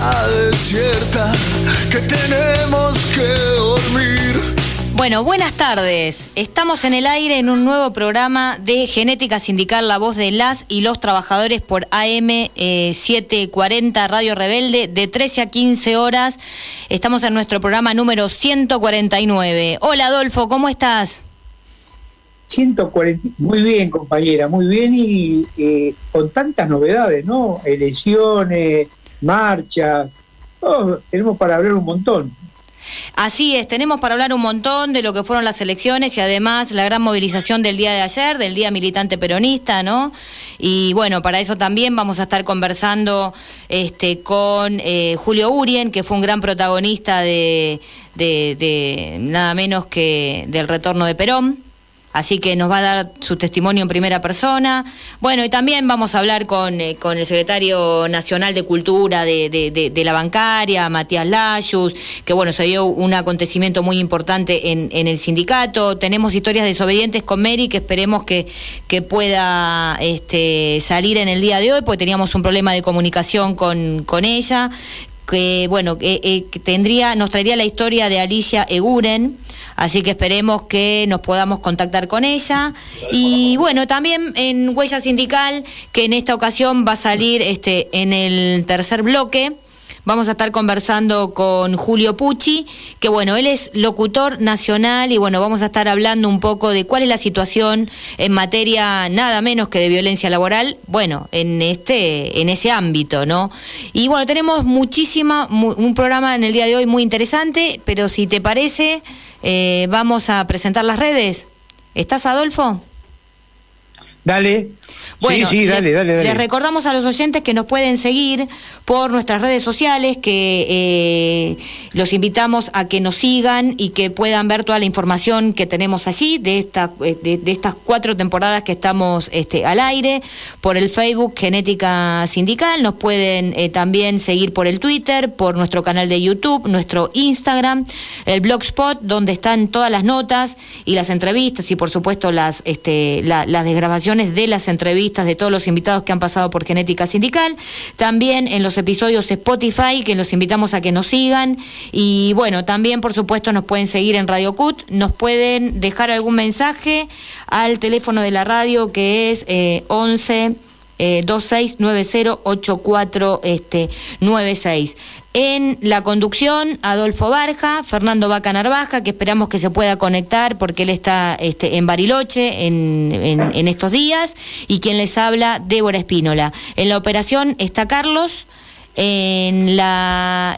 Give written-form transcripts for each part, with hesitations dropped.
está desierta, que tenemos que dormir. Bueno, buenas tardes. Estamos en el aire en un nuevo programa de Genética Sindical, la voz de las y los trabajadores por AM 740 Radio Rebelde, de 13 a 15 horas. Estamos en nuestro programa número 149. Hola Adolfo, ¿cómo estás? 140, muy bien compañera, muy bien y con tantas novedades, ¿no? Elecciones, marchas, tenemos para hablar un montón. Así es, tenemos para hablar un montón de lo que fueron las elecciones y además la gran movilización del día de ayer, del Día Militante Peronista, ¿no? Y bueno, para eso también vamos a estar conversando con Julio Urien, que fue un gran protagonista de nada menos que del retorno de Perón. Así que nos va a dar su testimonio en primera persona. Bueno, y también vamos a hablar con el secretario nacional de Cultura de la bancaria, Matías Layus, que bueno, se dio un acontecimiento muy importante en el sindicato. Tenemos historias desobedientes con Mary, que esperemos que pueda salir en el día de hoy, porque teníamos un problema de comunicación con ella, que bueno, nos traería la historia de Alicia Eguren. Así que esperemos que nos podamos contactar con ella. Y bueno, también en Huella Sindical, que en esta ocasión va a salir en el tercer bloque, vamos a estar conversando con Julio Pucci, que bueno, él es locutor nacional y bueno, vamos a estar hablando un poco de cuál es la situación en materia nada menos que de violencia laboral, bueno, en ese ámbito, ¿no? Y bueno, tenemos un programa en el día de hoy muy interesante, pero si te parece, vamos a presentar las redes. ¿Estás, Adolfo? Dale. Bueno, sí, dale. Les recordamos a los oyentes que nos pueden seguir por nuestras redes sociales, que los invitamos a que nos sigan y que puedan ver toda la información que tenemos allí de estas 4 temporadas que estamos al aire, por el Facebook Genética Sindical. Nos pueden también seguir por el Twitter, por nuestro canal de YouTube, nuestro Instagram, el Blogspot, donde están todas las notas y las entrevistas y por supuesto las desgrabaciones de las entrevistas de todos los invitados que han pasado por Genética Sindical, también en los episodios Spotify, que los invitamos a que nos sigan, y bueno, también por supuesto nos pueden seguir en Radio CUT, nos pueden dejar algún mensaje al teléfono de la radio, que es 11 26908496. En la conducción, Adolfo Barja, Fernando Vaca Narvaja, que esperamos que se pueda conectar porque él está en Bariloche en estos días, y quien les habla, Débora Espínola. En la operación está Carlos, en la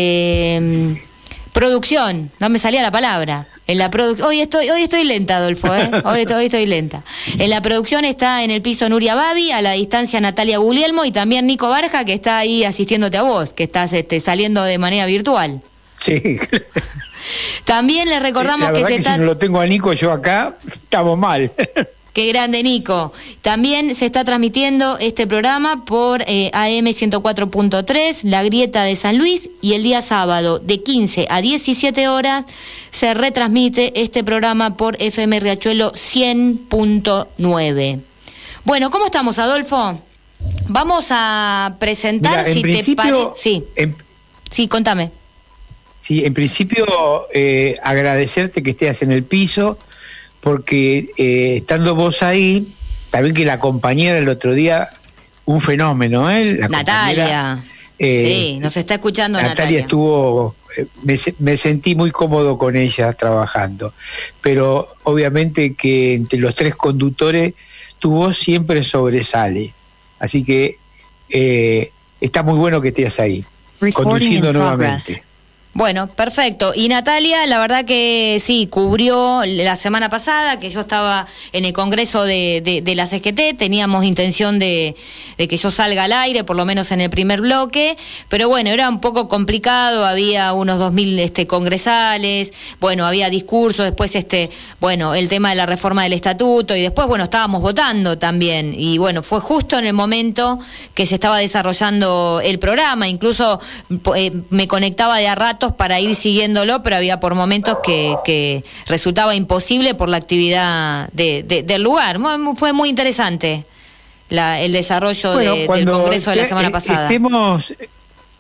producción, no me salía la palabra. Hoy estoy lenta, Adolfo, ¿eh? Hoy estoy lenta. En la producción está en el piso Nuria Babi, a la distancia Natalia Guglielmo y también Nico Barja, que está ahí asistiéndote a vos, que estás saliendo de manera virtual. Sí. También les recordamos si no lo tengo a Nico yo acá, estamos mal. Qué grande, Nico. También se está transmitiendo este programa por AM 104.3, La Grieta de San Luis, y el día sábado de 15 a 17 horas se retransmite este programa por FM Riachuelo 100.9. Bueno, ¿cómo estamos, Adolfo? Vamos a presentar, mira, si te parece. Sí, contame. Sí, en principio agradecerte que estés en el piso, porque estando vos ahí, también que la compañera el otro día, un fenómeno, la Natalia. Sí, nos está escuchando Natalia. Natalia estuvo, me sentí muy cómodo con ella trabajando, pero obviamente que entre los 3 conductores tu voz siempre sobresale, así que está muy bueno que estés ahí, conduciendo nuevamente. Bueno, perfecto. Y Natalia, la verdad que sí, cubrió la semana pasada, que yo estaba en el congreso de la CGT, teníamos intención de que yo salga al aire, por lo menos en el primer bloque, pero bueno, era un poco complicado, había unos 2000 congresales, bueno, había discursos, después el tema de la reforma del estatuto, y después, bueno, estábamos votando también, y bueno, fue justo en el momento que se estaba desarrollando el programa, incluso me conectaba de a rato para ir siguiéndolo, pero había por momentos que resultaba imposible por la actividad del lugar. Fue muy interesante el desarrollo del Congreso de la semana pasada.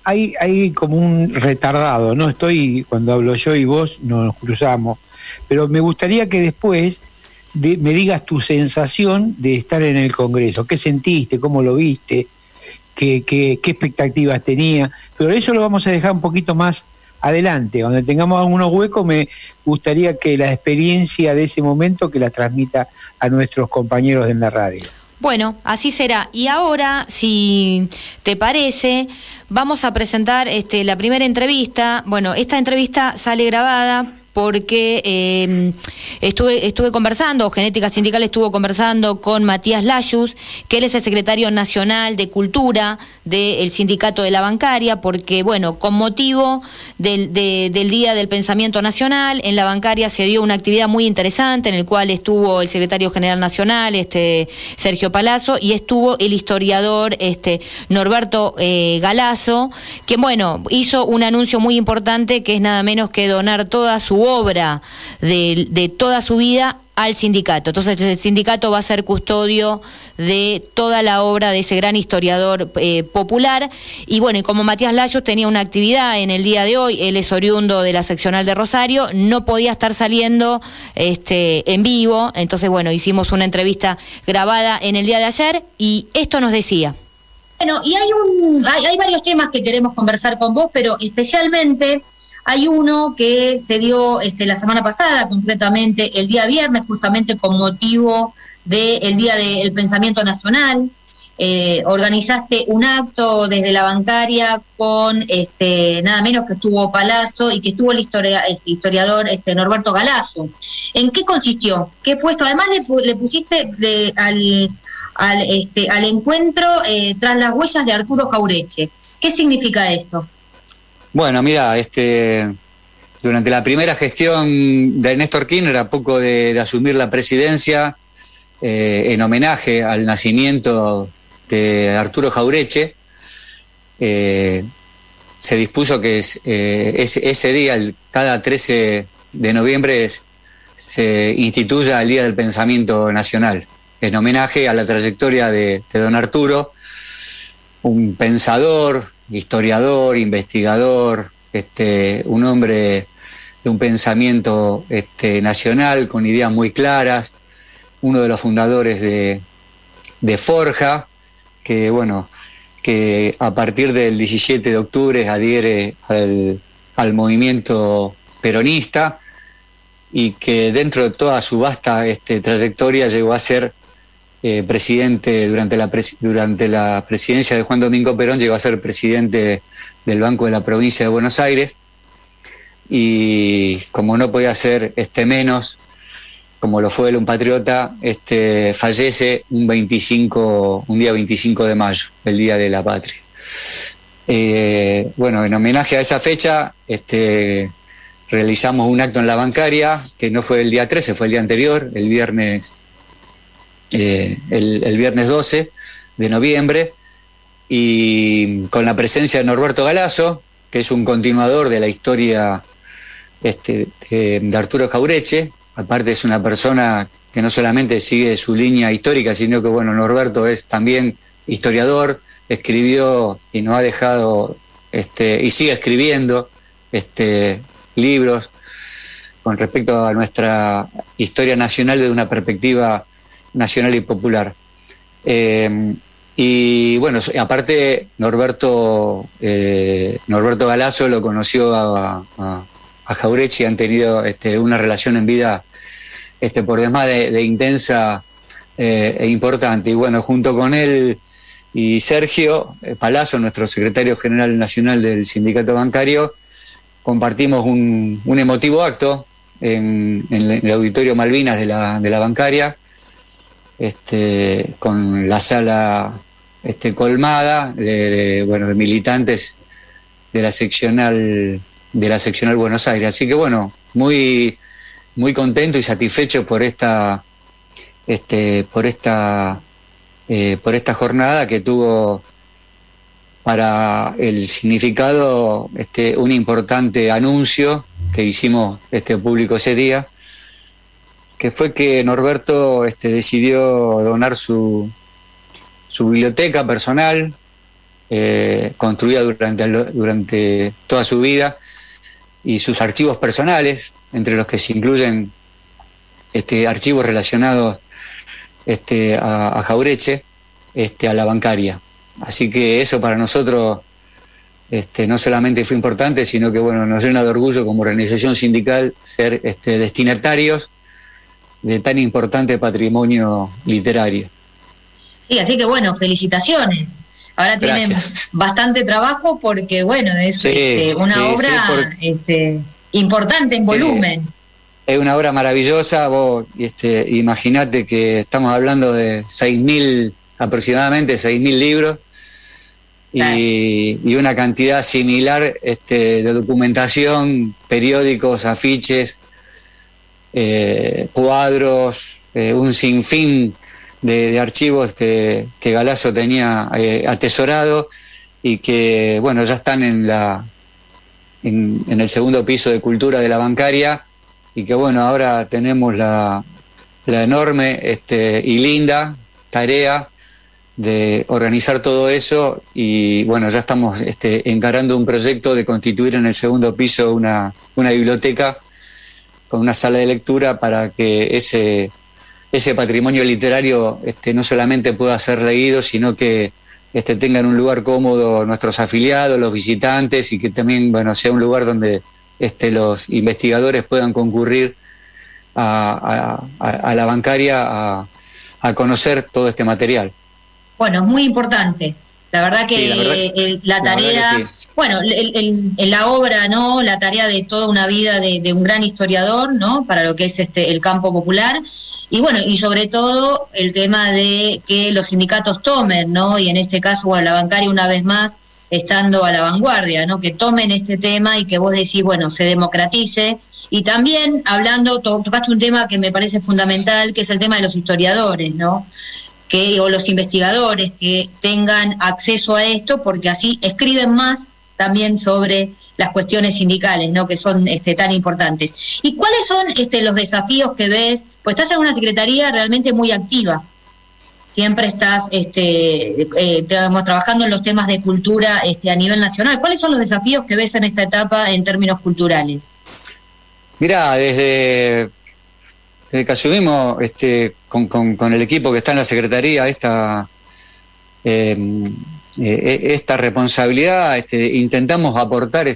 hay como un retardado, ¿no? Cuando hablo yo y vos nos cruzamos, pero me gustaría que después me digas tu sensación de estar en el Congreso. ¿Qué sentiste? ¿Cómo lo viste? ¿Qué expectativas tenía? Pero eso lo vamos a dejar un poquito más adelante. Cuando tengamos algunos huecos, me gustaría que la experiencia de ese momento que la transmita a nuestros compañeros en la radio. Bueno, así será. Y ahora, si te parece, vamos a presentar la primera entrevista. Bueno, esta entrevista sale grabada porque estuve conversando, Genética Sindical estuvo conversando con Matías Layus, que él es el secretario nacional de Cultura del Sindicato de la Bancaria, porque, bueno, con motivo del Día del Pensamiento Nacional, en la bancaria se dio una actividad muy interesante en el cual estuvo el secretario general nacional, Sergio Palazzo, y estuvo el historiador Norberto Galazo, que, bueno, hizo un anuncio muy importante, que es nada menos que donar toda su obra de toda su vida al sindicato. Entonces el sindicato va a ser custodio de toda la obra de ese gran historiador popular. Y bueno, y como Matías Layos tenía una actividad en el día de hoy, él es oriundo de la seccional de Rosario, no podía estar saliendo en vivo. Entonces, bueno, hicimos una entrevista grabada en el día de ayer y esto nos decía. Bueno, y hay varios temas que queremos conversar con vos, pero especialmente hay uno que se dio la semana pasada, concretamente el día viernes, justamente con motivo del Día del Pensamiento Nacional. Organizaste un acto desde la bancaria con nada menos que estuvo Palazzo y que estuvo el historiador Norberto Galazo. ¿En qué consistió? ¿Qué fue esto? Además le pusiste al encuentro tras las huellas de Arturo Jauretche. ¿Qué significa esto? Bueno, mira, durante la primera gestión de Néstor Kirchner, a poco de asumir la presidencia, en homenaje al nacimiento de Arturo Jauretche, se dispuso que ese día, cada 13 de noviembre, se instituya el Día del Pensamiento Nacional, en homenaje a la trayectoria de don Arturo, un pensador, historiador, investigador, un hombre de un pensamiento nacional con ideas muy claras, uno de los fundadores de Forja, que a partir del 17 de octubre adhiere al movimiento peronista y que dentro de toda su vasta trayectoria llegó a ser presidente durante la presidencia de Juan Domingo Perón, llegó a ser presidente del Banco de la Provincia de Buenos Aires, y como no podía ser menos, como lo fue él, un patriota, fallece un día 25 de mayo, el Día de la Patria. En homenaje a esa fecha, realizamos un acto en la bancaria, que no fue el día 13, fue el día anterior, el viernes 12 de noviembre, y con la presencia de Norberto Galazo, que es un continuador de la historia de Arturo Jauretche. Aparte es una persona que no solamente sigue su línea histórica, sino que Norberto es también historiador, escribió y nos ha dejado y sigue escribiendo libros con respecto a nuestra historia nacional desde una perspectiva nacional y popular. Aparte Norberto Galazo lo conoció a Jauretche y han tenido una relación en vida por demás de intensa e importante. Y junto con él y Sergio Palazzo, nuestro secretario general nacional del Sindicato Bancario, compartimos un emotivo acto en el Auditorio Malvinas de la bancaria, con la sala colmada de militantes de la seccional Buenos Aires. Así que muy muy contento y satisfecho por esta jornada, que tuvo para el significado un importante anuncio que hicimos público ese día, que fue que Norberto decidió donar su biblioteca personal construida durante toda su vida, y sus archivos personales, entre los que se incluyen archivos relacionados a Jauretche, a la bancaria. Así que eso para nosotros no solamente fue importante, sino que bueno, nos llena de orgullo como organización sindical ser destinatarios de tan importante patrimonio literario. Sí, así que bueno, felicitaciones. Ahora tienen bastante trabajo porque bueno, es una obra importante en volumen. Es una obra maravillosa. Vos imaginate que estamos hablando de aproximadamente 6.000 libros. Claro. Y una cantidad similar de documentación, periódicos, afiches, cuadros, un sinfín de archivos que Galasso tenía atesorado y que bueno, ya están en el segundo piso de Cultura de la Bancaria, y que bueno, ahora tenemos la enorme y linda tarea de organizar todo eso, y bueno, ya estamos encarando un proyecto de constituir en el segundo piso una biblioteca con una sala de lectura para que ese patrimonio literario no solamente pueda ser leído, sino que tengan un lugar cómodo nuestros afiliados, los visitantes, y que también bueno, sea un lugar donde los investigadores puedan concurrir a la bancaria a conocer todo este material. Bueno, es muy importante. La verdad que la tarea, bueno, la obra, ¿no? La tarea de toda una vida de un gran historiador, ¿no? Para lo que es el campo popular. Y bueno, y sobre todo el tema de que los sindicatos tomen, ¿no? Y en este caso, bueno, la bancaria una vez más estando a la vanguardia, ¿no? Que tomen este tema y que vos decís, bueno, se democratice. Y también hablando, tocaste un tema que me parece fundamental, que es el tema de los historiadores, ¿no? O los investigadores que tengan acceso a esto, porque así escriben más también sobre las cuestiones sindicales, ¿no? Que son tan importantes. ¿Y cuáles son los desafíos que ves? Pues estás en una secretaría realmente muy activa. Siempre estás trabajando en los temas de cultura a nivel nacional. ¿Cuáles son los desafíos que ves en esta etapa en términos culturales? Mirá, desde que asumimos con el equipo que está en la Secretaría esta responsabilidad, intentamos aportar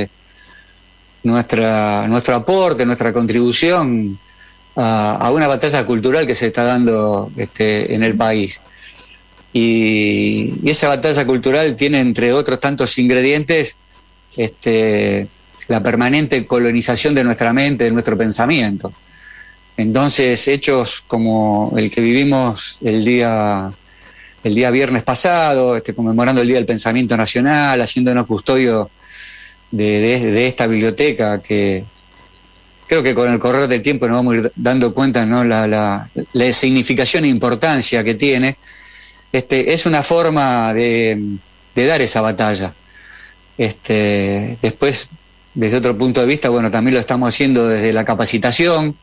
nuestro aporte, nuestra contribución a una batalla cultural que se está dando en el país. Y esa batalla cultural tiene, entre otros tantos ingredientes, la permanente colonización de nuestra mente, de nuestro pensamiento. Entonces, hechos como el que vivimos el día viernes pasado, conmemorando el Día del Pensamiento Nacional, haciéndonos custodio de esta biblioteca, que creo que con el correr del tiempo nos vamos a ir dando cuenta, ¿no? la significación e importancia que tiene, es una forma de dar esa batalla. Después, desde otro punto de vista, bueno, también lo estamos haciendo desde la capacitación,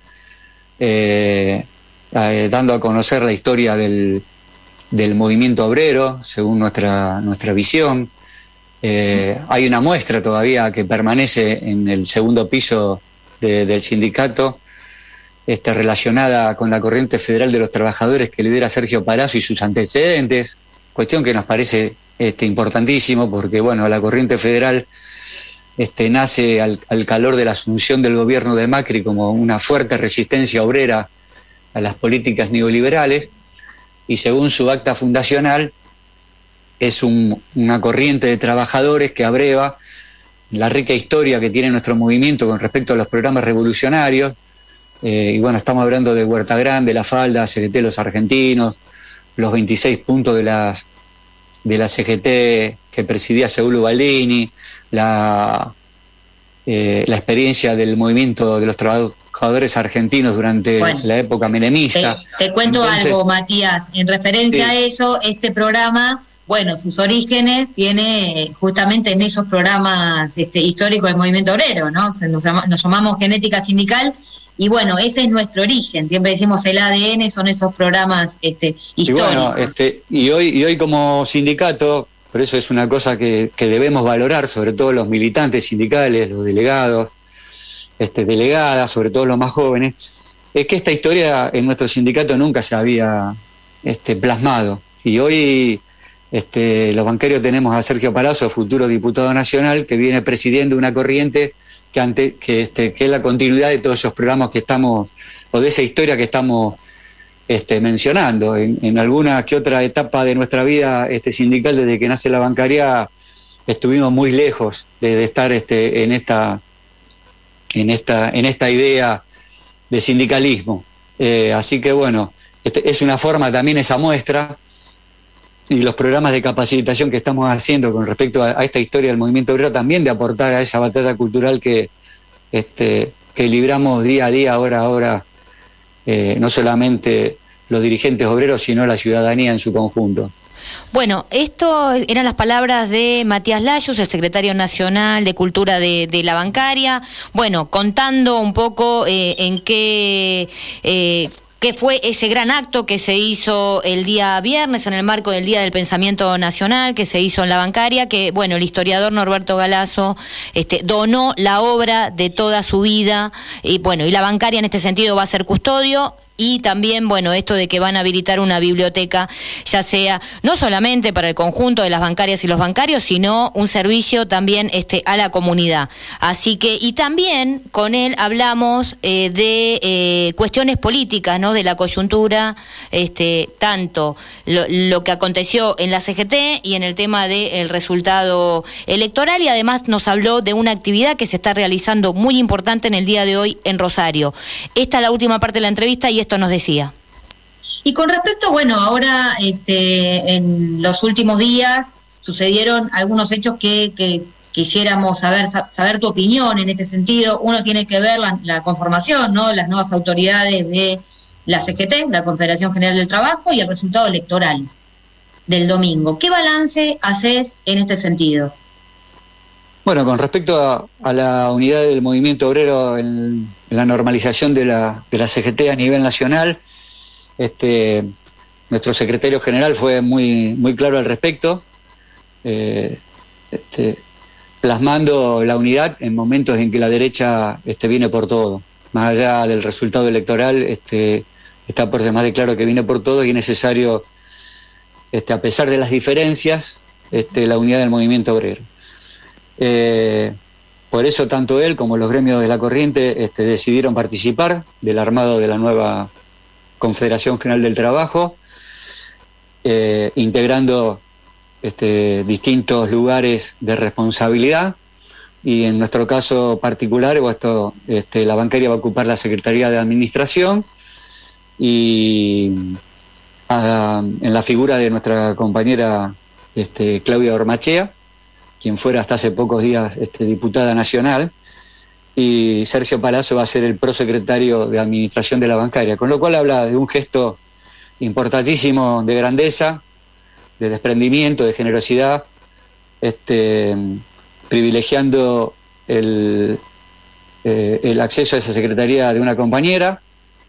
dando a conocer la historia del movimiento obrero según nuestra visión. Hay una muestra todavía que permanece en el segundo piso del sindicato, relacionada con la corriente federal de los trabajadores que lidera Sergio Palazzo y sus antecedentes, cuestión que nos parece importantísimo, porque bueno, la corriente federal nace al calor de la asunción del gobierno de Macri como una fuerte resistencia obrera a las políticas neoliberales, y según su acta fundacional es una corriente de trabajadores que abreva la rica historia que tiene nuestro movimiento con respecto a los programas revolucionarios. Y bueno, estamos hablando de Huerta Grande, La Falda, CGT Los Argentinos, los 26 puntos de la CGT que presidía Saúl Ubaldini, la experiencia del movimiento de los trabajadores argentinos durante la época menemista. Te cuento algo, Matías, en referencia a eso, este programa, bueno, sus orígenes tiene justamente en esos programas históricos del movimiento obrero, ¿no? Nos llamamos Genética Sindical, y bueno, ese es nuestro origen. Siempre decimos el ADN, son esos programas históricos. Y bueno, y hoy como sindicato, por eso es una cosa que debemos valorar, sobre todo los militantes sindicales, los delegados, delegadas, sobre todo los más jóvenes, es que esta historia en nuestro sindicato nunca se había plasmado. Y hoy los bancarios tenemos a Sergio Palazzo, futuro diputado nacional, que viene presidiendo una corriente que es la continuidad de todos esos programas que estamos, o de esa historia que estamos mencionando. En alguna que otra etapa de nuestra vida sindical, desde que nace la bancaria, estuvimos muy lejos de estar en esta idea de sindicalismo. Así que bueno, es una forma también esa muestra, y los programas de capacitación que estamos haciendo con respecto a esta historia del movimiento obrero, también de aportar a esa batalla cultural que libramos día a día, hora a hora, no solamente los dirigentes obreros, sino la ciudadanía en su conjunto. Bueno, esto eran las palabras de Matías Layuz, el secretario nacional de Cultura de la bancaria, bueno, contando un poco en qué fue ese gran acto que se hizo el día viernes en el marco del Día del Pensamiento Nacional, que se hizo en la bancaria, que bueno, el historiador Norberto Galazo donó la obra de toda su vida, y bueno, y la bancaria en este sentido va a ser custodio. Y también, bueno, esto de que van a habilitar una biblioteca, ya sea no solamente para el conjunto de las bancarias y los bancarios, sino un servicio también a la comunidad. Así que, y también con él hablamos de cuestiones políticas, ¿no? De la coyuntura, tanto lo que aconteció en la CGT y en el tema del resultado electoral, y además nos habló de una actividad que se está realizando muy importante en el día de hoy en Rosario. Esta es la última parte de la entrevista y esto nos decía. Y con respecto, bueno, ahora en los últimos días sucedieron algunos hechos que quisiéramos saber tu opinión en este sentido. Uno tiene que ver la conformación, ¿no? Las nuevas autoridades de la CGT, la Confederación General del Trabajo, y el resultado electoral del domingo. ¿Qué balance haces en este sentido? Bueno, con respecto a la unidad del movimiento obrero en la normalización de la CGT a nivel nacional, nuestro secretario general fue muy claro al respecto, plasmando la unidad en momentos en que la derecha viene por todo. Más allá del resultado electoral, está por demás de claro que viene por todo, y es necesario, a pesar de las diferencias, la unidad del movimiento obrero. Por eso tanto él como los gremios de la corriente decidieron participar del armado de la nueva Confederación General del Trabajo, integrando distintos lugares de responsabilidad, y en nuestro caso particular, la bancaria va a ocupar la Secretaría de Administración, y en la figura de nuestra compañera Claudia Ormachea, quien fuera hasta hace pocos días diputada nacional, y Sergio Palazzo va a ser el prosecretario de Administración de la bancaria, con lo cual habla de un gesto importantísimo de grandeza, de desprendimiento, de generosidad, privilegiando el acceso a esa secretaría de una compañera,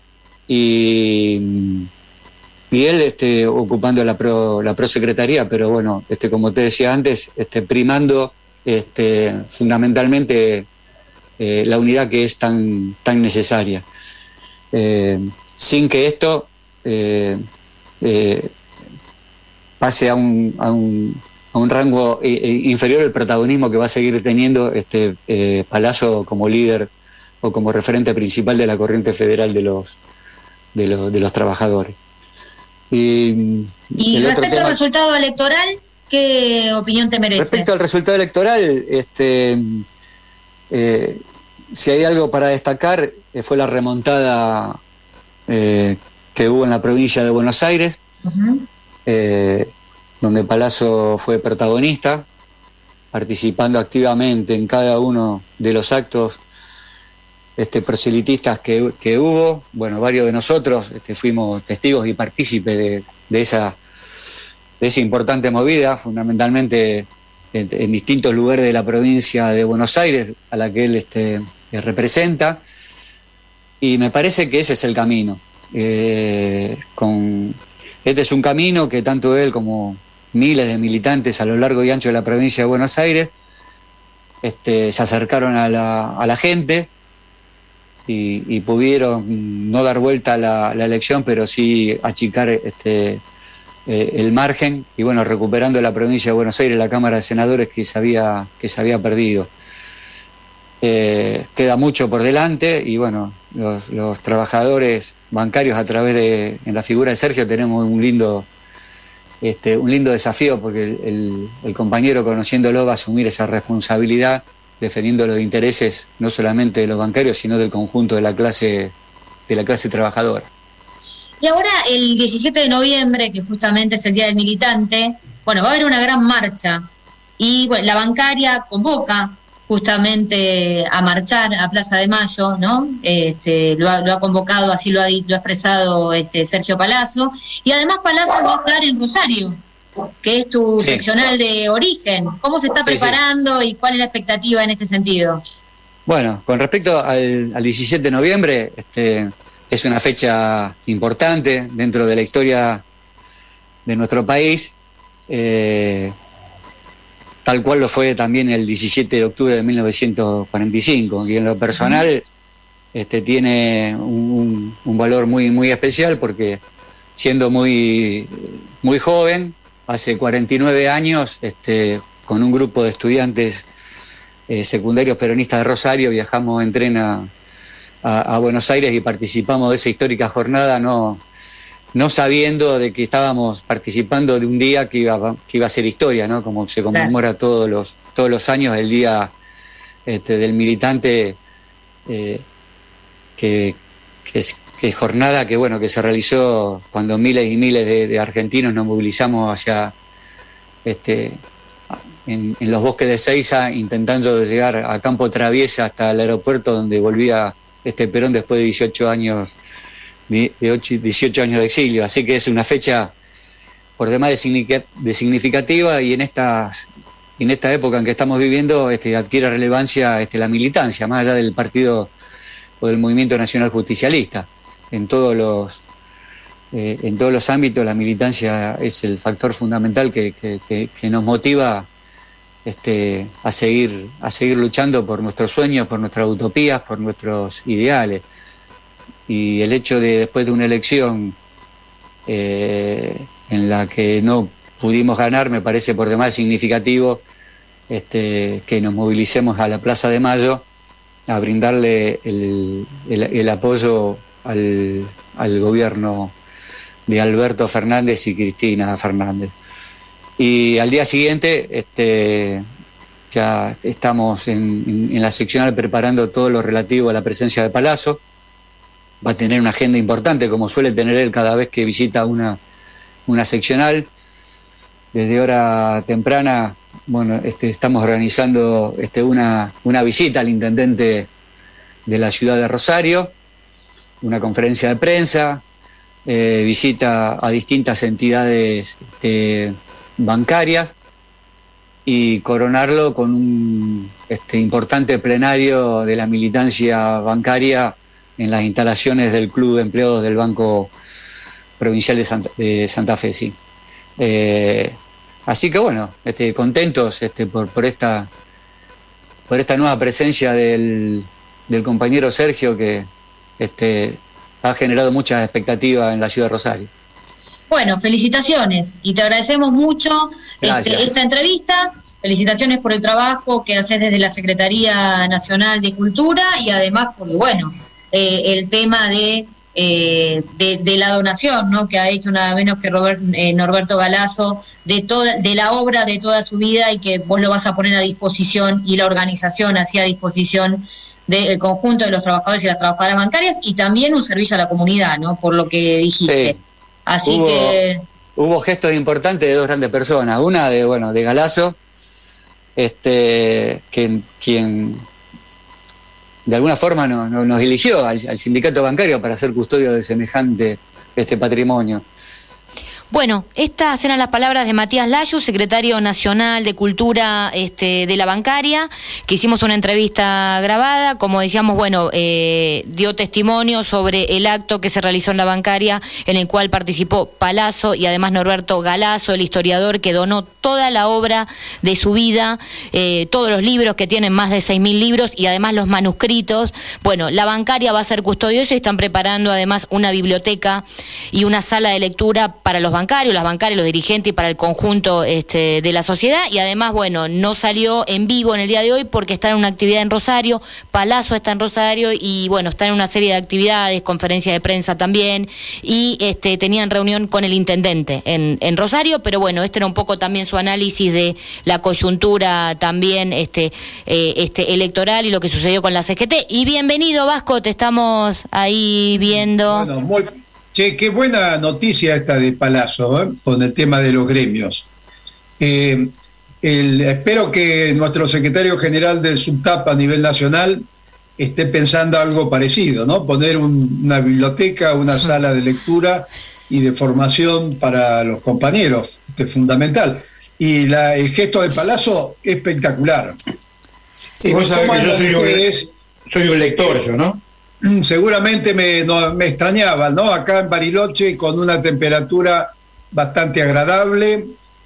y él ocupando la prosecretaría, pero bueno, como te decía antes, primando fundamentalmente la unidad que es tan necesaria. Sin que esto pase a un rango inferior al protagonismo que va a seguir teniendo Palazzo como líder o como referente principal de la corriente federal de los trabajadores. Y respecto al resultado electoral, ¿qué opinión te merece? Respecto al resultado electoral, si hay algo para destacar, fue la remontada que hubo en la provincia de Buenos Aires, donde Palazzo fue protagonista, participando activamente en cada uno de los actos proselitistas que hubo. Bueno, varios de nosotros fuimos testigos y partícipes de esa importante movida, fundamentalmente en distintos lugares de la provincia de Buenos Aires, a la que él representa, y me parece que ese es el camino. Este es un camino que tanto él como miles de militantes a lo largo y ancho de la provincia de Buenos Aires, se acercaron a la gente y pudieron no dar vuelta a la elección, pero sí achicar el margen y bueno, recuperando la provincia de Buenos Aires, la Cámara de Senadores que se había perdido. Queda mucho por delante y bueno, los trabajadores bancarios en la figura de Sergio tenemos un lindo desafío, porque el compañero, conociéndolo, va a asumir esa responsabilidad defendiendo los intereses no solamente de los bancarios, sino del conjunto de la clase trabajadora. Y ahora el 17 de noviembre, que justamente es el Día del Militante, bueno, va a haber una gran marcha y bueno, la bancaria convoca justamente a marchar a Plaza de Mayo, ¿no? Lo ha convocado, así lo ha expresado Sergio Palazzo, y además Palazzo va a estar en Rosario, que es tu seccional de origen. ¿Cómo se está preparando y cuál es la expectativa en este sentido? Bueno, con respecto al 17 de noviembre, es una fecha importante dentro de la historia de nuestro país, tal cual lo fue también el 17 de octubre de 1945, y en lo personal tiene un valor muy, muy especial, porque siendo muy, muy joven, hace 49 años, con un grupo de estudiantes secundarios peronistas de Rosario, viajamos en tren a Buenos Aires y participamos de esa histórica jornada, no sabiendo de que estábamos participando de un día que iba a ser historia, ¿no? Como se conmemora todos los años el día del militante, que es jornada que se realizó cuando miles y miles de argentinos nos movilizamos hacia en los bosques de Seiza, intentando llegar a Campo Traviesa hasta el aeropuerto donde volvía Perón después de 18 años de exilio. Así que es una fecha por demás de significativa, y en esta época en que estamos viviendo adquiere relevancia la militancia, más allá del partido o del movimiento nacional justicialista. En todos los ámbitos la militancia es el factor fundamental que nos motiva a seguir luchando por nuestros sueños, por nuestras utopías, por nuestros ideales. Y el hecho de, después de una elección en la que no pudimos ganar, me parece por demás significativo que nos movilicemos a la Plaza de Mayo a brindarle el apoyo al gobierno de Alberto Fernández y Cristina Fernández. Y al día siguiente ya estamos en la seccional preparando todo lo relativo a la presencia de Palazzo. Va a tener una agenda importante, como suele tener él cada vez que visita una seccional. Desde hora temprana, bueno, estamos organizando una visita al intendente de la ciudad de Rosario, una conferencia de prensa, visita a distintas entidades bancarias, y coronarlo con un importante plenario de la militancia bancaria en las instalaciones del Club de Empleados del Banco Provincial de Santa Fe, sí. Así que bueno, contentos por esta nueva presencia del compañero Sergio, que ha generado muchas expectativas en la ciudad de Rosario. Bueno, felicitaciones, y te agradecemos mucho esta entrevista. Felicitaciones por el trabajo que haces desde la Secretaría Nacional de Cultura, y además porque, bueno, el tema de la donación, ¿no?, que ha hecho nada menos que Norberto Galazo, de la obra de toda su vida, y que vos lo vas a poner a disposición, y la organización así a disposición del conjunto de los trabajadores y las trabajadoras bancarias, y también un servicio a la comunidad, ¿no?, por lo que dijiste. Sí. Así hubo gestos importantes de dos grandes personas. Una de Galazo, quien de alguna forma nos eligió al sindicato bancario para ser custodio de semejante patrimonio. Bueno, estas eran las palabras de Matías Layu, secretario nacional de Cultura de la bancaria, que hicimos una entrevista grabada. Como decíamos, bueno, dio testimonio sobre el acto que se realizó en la bancaria, en el cual participó Palazzo y además Norberto Galazo, el historiador que donó toda la obra de su vida, todos los libros, que tienen más de 6.000 libros, y además los manuscritos. Bueno, la bancaria va a ser custodio de eso, y están preparando además una biblioteca y una sala de lectura para los bancarios, los dirigentes y para el conjunto de la sociedad. Y además, bueno, no salió en vivo en el día de hoy porque está en una actividad en Rosario. Palazzo está en Rosario y bueno, está en una serie de actividades, conferencia de prensa también, y tenían reunión con el intendente en Rosario. Pero bueno, era un poco también su análisis de la coyuntura también electoral y lo que sucedió con la CGT. Y bienvenido, Vasco, te estamos ahí viendo. Bueno, qué buena noticia esta de Palazzo, con el tema de los gremios. Espero que nuestro secretario general del SUBTAP a nivel nacional esté pensando algo parecido, ¿no? Poner una biblioteca, una sala de lectura y de formación para los compañeros, es fundamental. Y el gesto de Palazzo es espectacular. Sí, vos sabés que soy un lector, ¿no? Seguramente me extrañaba, ¿no? Acá en Bariloche, con una temperatura bastante agradable,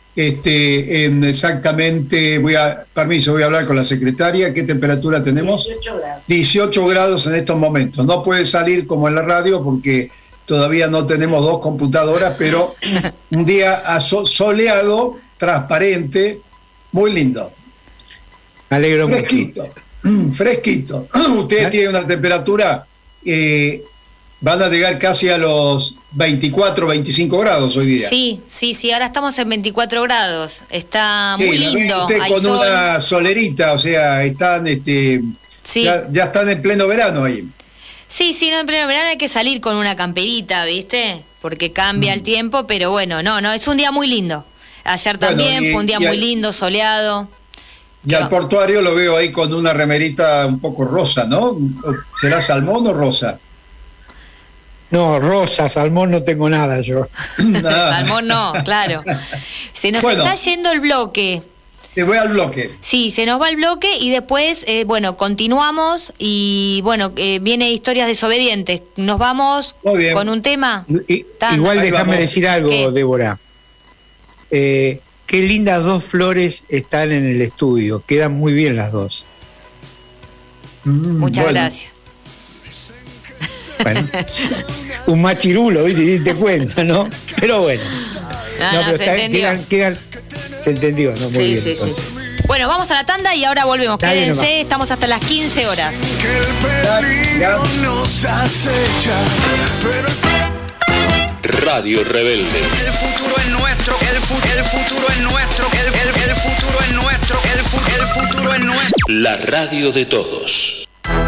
exactamente, voy a hablar con la secretaria. ¿Qué temperatura tenemos? 18 grados. 18 grados en estos momentos. No puede salir como en la radio porque todavía no tenemos 2 computadoras, pero un día soleado, transparente, muy lindo. Me alegro fresquito, mucho. Fresquito. Ustedes tienen una temperatura, van a llegar casi a los 24, 25 grados hoy día. Sí, ahora estamos en 24 grados. Está muy lindo. Usted con sol. Una solerita, o sea, están, sí. ya están en pleno verano ahí. Sí, no, en pleno verano hay que salir con una camperita, ¿viste? Porque cambia el tiempo, pero bueno, no, es un día muy lindo. Ayer también fue un día muy lindo, soleado. Y al portuario lo veo ahí con una remerita un poco rosa, ¿no? ¿Será salmón o rosa? No, rosa, salmón no tengo nada yo. Salmón no, claro. Se nos está yendo el bloque. Se voy al bloque. Sí, se nos va el bloque y después, continuamos y viene Historias Desobedientes. Nos vamos con un tema. Igual déjame decir algo, ¿qué? Débora. Qué lindas 2 flores están en el estudio, quedan muy bien las 2. Muchas gracias. Bueno, un machirulo, ¿viste? Te cuento, ¿no? Pero bueno. Pero se entendió. Se entendió, ¿no? Muy bien. Sí. Bueno, vamos a la tanda y ahora volvemos. Quédense, estamos hasta las 15 horas. Que el peligro nos acecha, pero... Radio Rebelde. El futuro es nuestro, el futuro es nuestro, el futuro es nuestro, el futuro es nuestro. La radio de todos.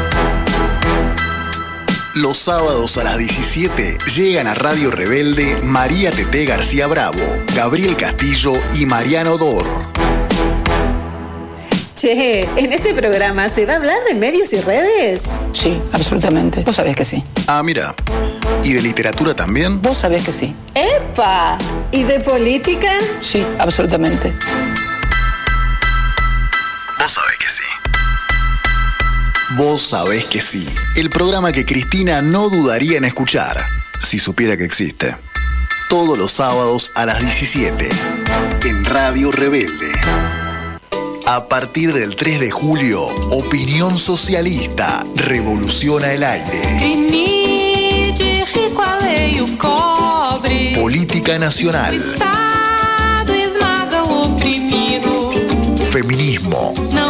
Los sábados a las 17 llegan a Radio Rebelde María Tete García Bravo, Gabriel Castillo y Mariano Dor. Che, ¿en este programa se va a hablar de medios y redes? Sí, absolutamente. Vos sabés que sí. Ah, mira. ¿Y de literatura también? Vos sabés que sí. ¡Epa! ¿Y de política? Sí, absolutamente. Vos sabés que sí. Vos sabés que sí. El programa que Cristina no dudaría en escuchar, si supiera que existe. Todos los sábados a las 17, en Radio Rebelde. A partir del 3 de julio, Opinión Socialista revoluciona el aire. Política nacional. Feminismo.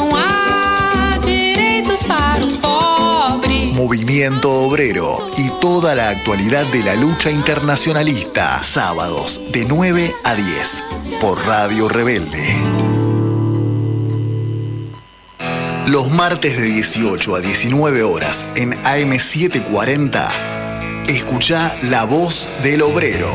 Movimiento obrero y toda la actualidad de la lucha internacionalista. Sábados de 9 a 10 por Radio Rebelde. Los martes de 18 a 19 horas en AM740, escuchá La Voz del Obrero.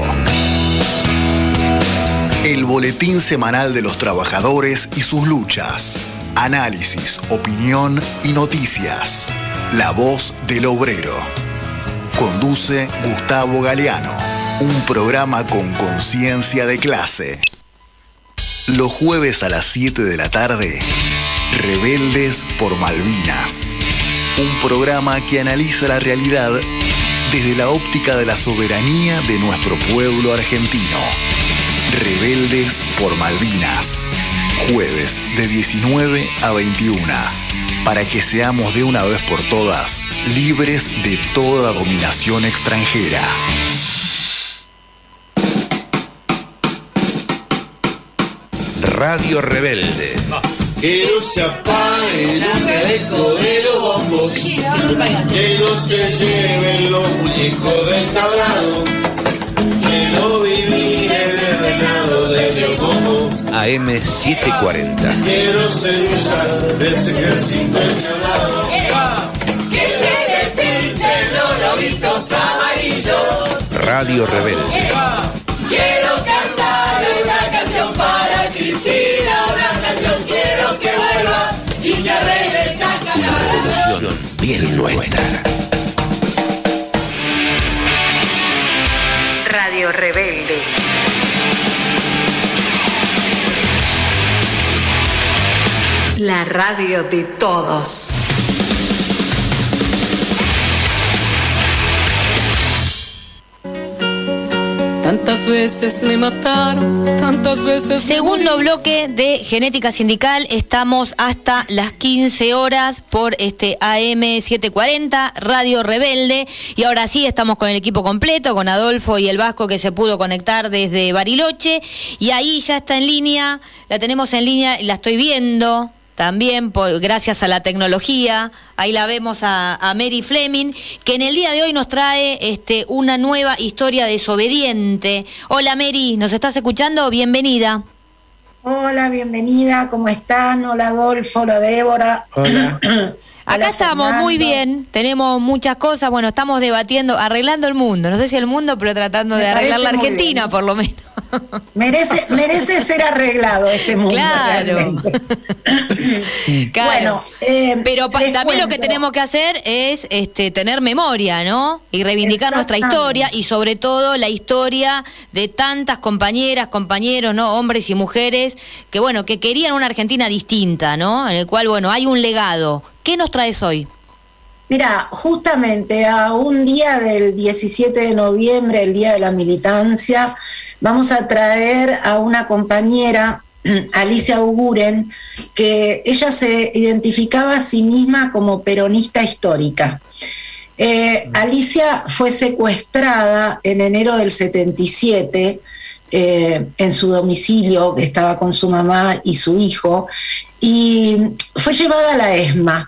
El boletín semanal de los trabajadores y sus luchas. Análisis, opinión y noticias. La Voz del Obrero. Conduce Gustavo Galeano. Un programa con conciencia de clase. Los jueves a las 7 de la tarde, Rebeldes por Malvinas. Un programa que analiza la realidad desde la óptica de la soberanía de nuestro pueblo argentino. Rebeldes por Malvinas. Jueves de 19 a 21. Para que seamos de una vez por todas libres de toda dominación extranjera. Radio Rebelde. Que no se apague el humeco de los bombos, que no se lleven los muñecos del tablado, que no vivir en el reinado de Leopomo. AM 740. Quiero ser usar de ese ejército enviolado. Que se despinchen los lobitos amarillos. Radio Rebelde. Quiero cantar una canción para Cristina, una canción quiero que vuelva y que arregle esta cantada. Una revolución bien nuestra. Radio Rebelde. La radio de todos. Tantas veces me mataron, tantas veces... Segundo bloque de Genética Sindical, estamos hasta las 15 horas por AM 740, Radio Rebelde, y ahora sí estamos con el equipo completo, con Adolfo y el Vasco que se pudo conectar desde Bariloche, y ahí ya está en línea, la tenemos en línea y la estoy viendo también gracias a la tecnología. Ahí la vemos a Mary Fleming, que en el día de hoy nos trae una nueva historia desobediente. Hola Mary, ¿nos estás escuchando? Bienvenida. Hola, bienvenida, ¿cómo están? Hola Adolfo, hola Débora. Hola. Acá estamos muy bien, tenemos muchas cosas, bueno, estamos debatiendo, arreglando el mundo, no sé si el mundo, pero tratando de arreglar la Argentina, por lo menos. Merece ser arreglado este mundo. Claro. Claro. Bueno, pero también lo que tenemos que hacer es tener memoria, ¿no? Y reivindicar nuestra historia y sobre todo la historia de tantas compañeras, compañeros, ¿no? Hombres y mujeres que, bueno, que querían una Argentina distinta, ¿no? En el cual, bueno, hay un legado. ¿Qué nos traes hoy? Mira, justamente a un día del 17 de noviembre, el Día de la Militancia, vamos a traer a una compañera, Alicia Uguren, que ella se identificaba a sí misma como peronista histórica. Alicia fue secuestrada en enero del 77 en su domicilio, que estaba con su mamá y su hijo, y fue llevada a la ESMA.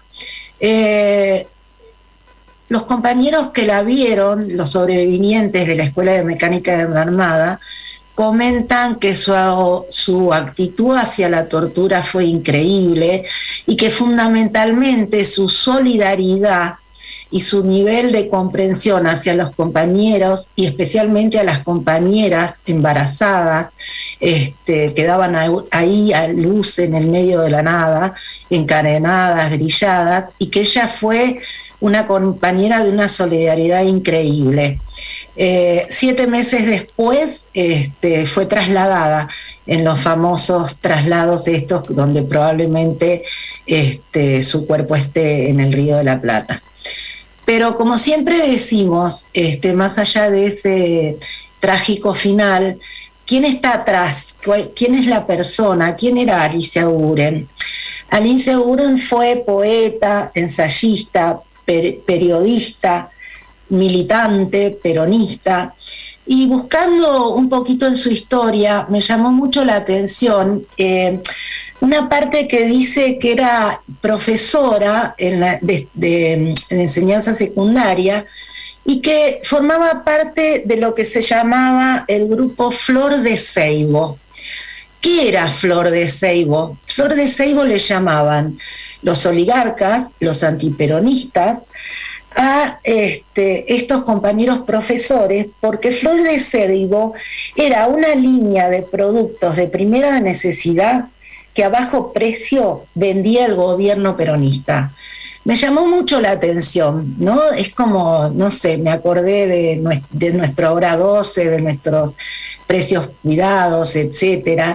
Los compañeros que la vieron, los sobrevivientes de la Escuela de Mecánica de la Armada, comentan que su actitud hacia la tortura fue increíble y que fundamentalmente su solidaridad y su nivel de comprensión hacia los compañeros y especialmente a las compañeras embarazadas, quedaban ahí a luz en el medio de la nada, encadenadas, grilladas, y que ella fue una compañera de una solidaridad increíble. 7 meses después fue trasladada en los famosos traslados estos, donde probablemente su cuerpo esté en el Río de la Plata. Pero como siempre decimos, más allá de ese trágico final, ¿quién está atrás? ¿Quién es la persona? ¿Quién era Alicia Uguren? Alicia Uguren fue poeta, ensayista, periodista, militante, peronista, y buscando un poquito en su historia me llamó mucho la atención una parte que dice que era profesora de enseñanza secundaria y que formaba parte de lo que se llamaba el grupo Flor de Seibo. ¿Qué era Flor de Seibo? Flor de Seibo le llamaban los oligarcas, los antiperonistas, a estos compañeros profesores, porque Flor de Seibo era una línea de productos de primera necesidad que a bajo precio vendía el gobierno peronista. me llamó mucho la atención, ¿no? Es como, no sé, me acordé de nuestra hora 12, de nuestros precios cuidados, etcétera.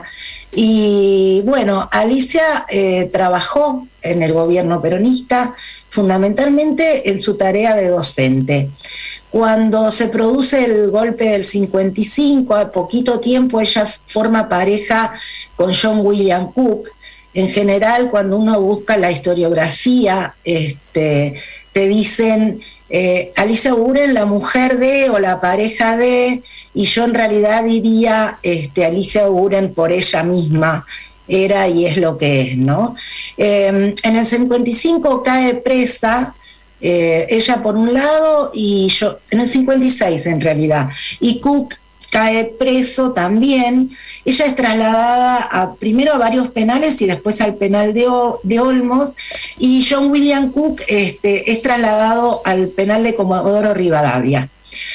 Y bueno, Alicia trabajó en el gobierno peronista, fundamentalmente en su tarea de docente. Cuando se produce el golpe del 55, a poquito tiempo ella forma pareja con John William Cook. En general, cuando uno busca la historiografía, te dicen Alicia Buren, la mujer de o la pareja de, y yo en realidad diría Alicia Buren por ella misma, era y es lo que es, ¿no? En el 55 cae presa, ella por un lado y yo, en el 56 en realidad, y Cook cae preso también. Ella es trasladada primero a varios penales y después al penal de Olmos, y John William Cook es trasladado al penal de Comodoro Rivadavia.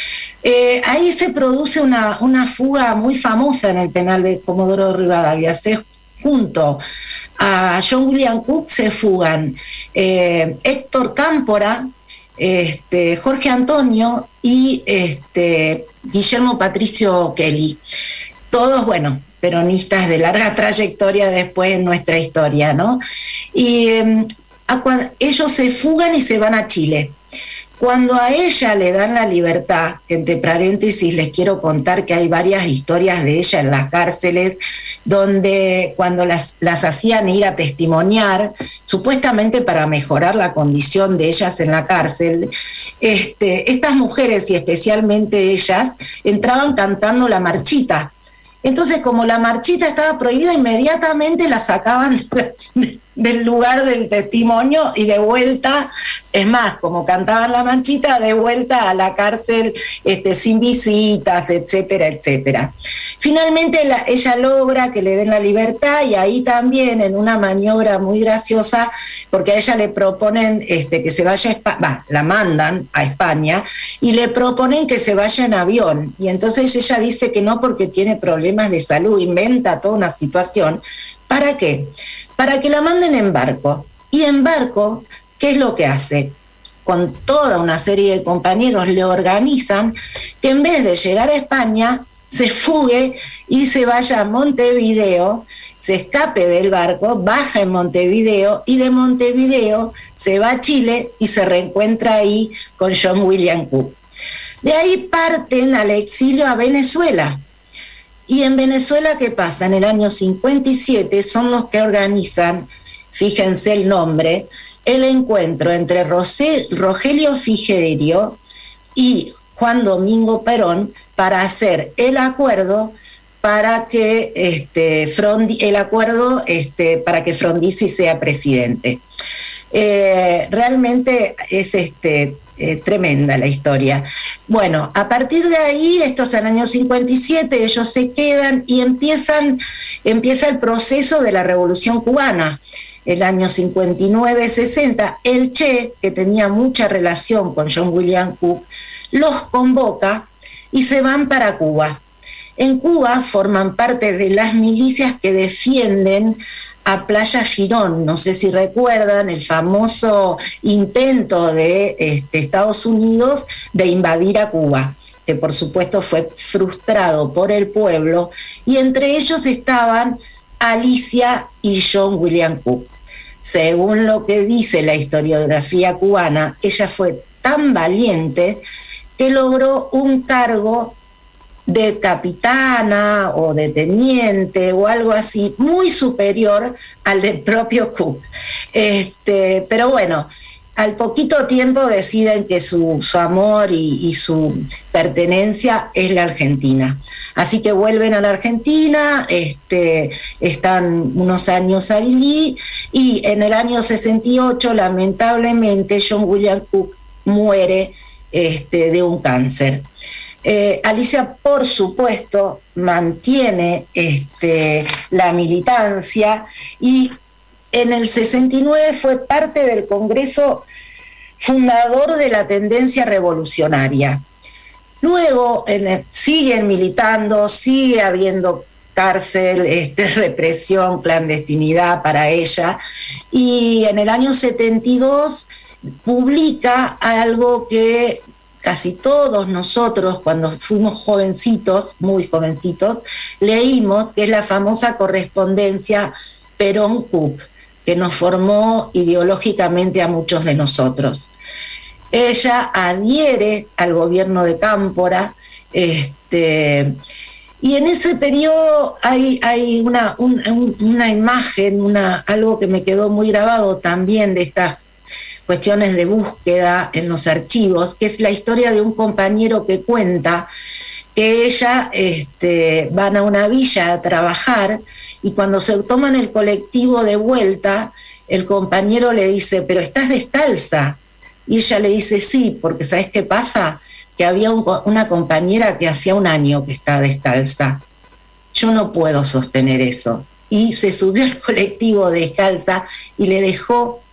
Ahí se produce una fuga muy famosa en el penal de Comodoro Rivadavia. Junto a John William Cook se fugan Héctor Cámpora, Jorge Antonio y Guillermo Patricio Kelly. Todos, bueno, peronistas de larga trayectoria después en nuestra historia, ¿no? Y ellos se fugan y se van a Chile. Cuando a ella le dan la libertad, que entre paréntesis les quiero contar que hay varias historias de ella en las cárceles, donde cuando las hacían ir a testimoniar, supuestamente para mejorar la condición de ellas en la cárcel, estas mujeres y especialmente ellas entraban cantando la marchita. Entonces, como la marchita estaba prohibida, inmediatamente la sacaban del lugar del testimonio y de vuelta, es más, como cantaban la marchita, de vuelta a la cárcel sin visitas, etcétera, etcétera. Finalmente ella logra que le den la libertad, y ahí también en una maniobra muy graciosa, porque a ella le proponen que se vaya a España, la mandan a España y le proponen que se vaya en avión, y entonces ella dice que no porque tiene problemas de salud, inventa toda una situación. ¿Para qué? Para que la manden en barco. Y en barco, ¿qué es lo que hace? Con toda una serie de compañeros le organizan que en vez de llegar a España, se fugue y se vaya a Montevideo, se escape del barco, baja en Montevideo, y de Montevideo se va a Chile y se reencuentra ahí con John William Cook. De ahí parten al exilio a Venezuela. Y en Venezuela, ¿qué pasa? En el año 57 son los que organizan, fíjense el nombre, el encuentro entre Rogelio Frigerio y Juan Domingo Perón para hacer el acuerdo para que para que Frondizi sea presidente. Realmente es tremenda la historia. Bueno, a partir de ahí, esto es en el año 57, ellos se quedan y empieza el proceso de la Revolución Cubana. El año 59-60, el Che, que tenía mucha relación con John William Cook, los convoca y se van para Cuba. En Cuba forman parte de las milicias que defienden a Playa Girón. No sé si recuerdan el famoso intento de Estados Unidos de invadir a Cuba, que por supuesto fue frustrado por el pueblo, y entre ellos estaban Alicia y John William Cook. Según lo que dice la historiografía cubana, ella fue tan valiente que logró un cargo de capitana o de teniente o algo así, muy superior al del propio Cook. Pero bueno, al poquito tiempo deciden que su amor y su pertenencia es la Argentina. Así que vuelven a la Argentina, están unos años allí, y en el año 68, lamentablemente, John William Cook muere de un cáncer. Alicia, por supuesto, mantiene la militancia, y en el 69 fue parte del Congreso fundador de la tendencia revolucionaria. Luego siguen militando, sigue habiendo cárcel, represión, clandestinidad para ella, y en el año 72 publica algo que casi todos nosotros, cuando fuimos jovencitos, muy jovencitos, leímos, que es la famosa correspondencia Perón-Cook, que nos formó ideológicamente a muchos de nosotros. Ella adhiere al gobierno de Cámpora, y en ese periodo hay una imagen, algo que me quedó muy grabado también de estas cuestiones de búsqueda en los archivos, que es la historia de un compañero que cuenta que ella van a una villa a trabajar, y cuando se toman el colectivo de vuelta, el compañero le dice, pero estás descalza. Y ella le dice, sí, porque ¿sabes qué pasa? Que había una compañera que hacía un año que estaba descalza. Yo no puedo sostener eso. Y se subió al colectivo descalza y le dejó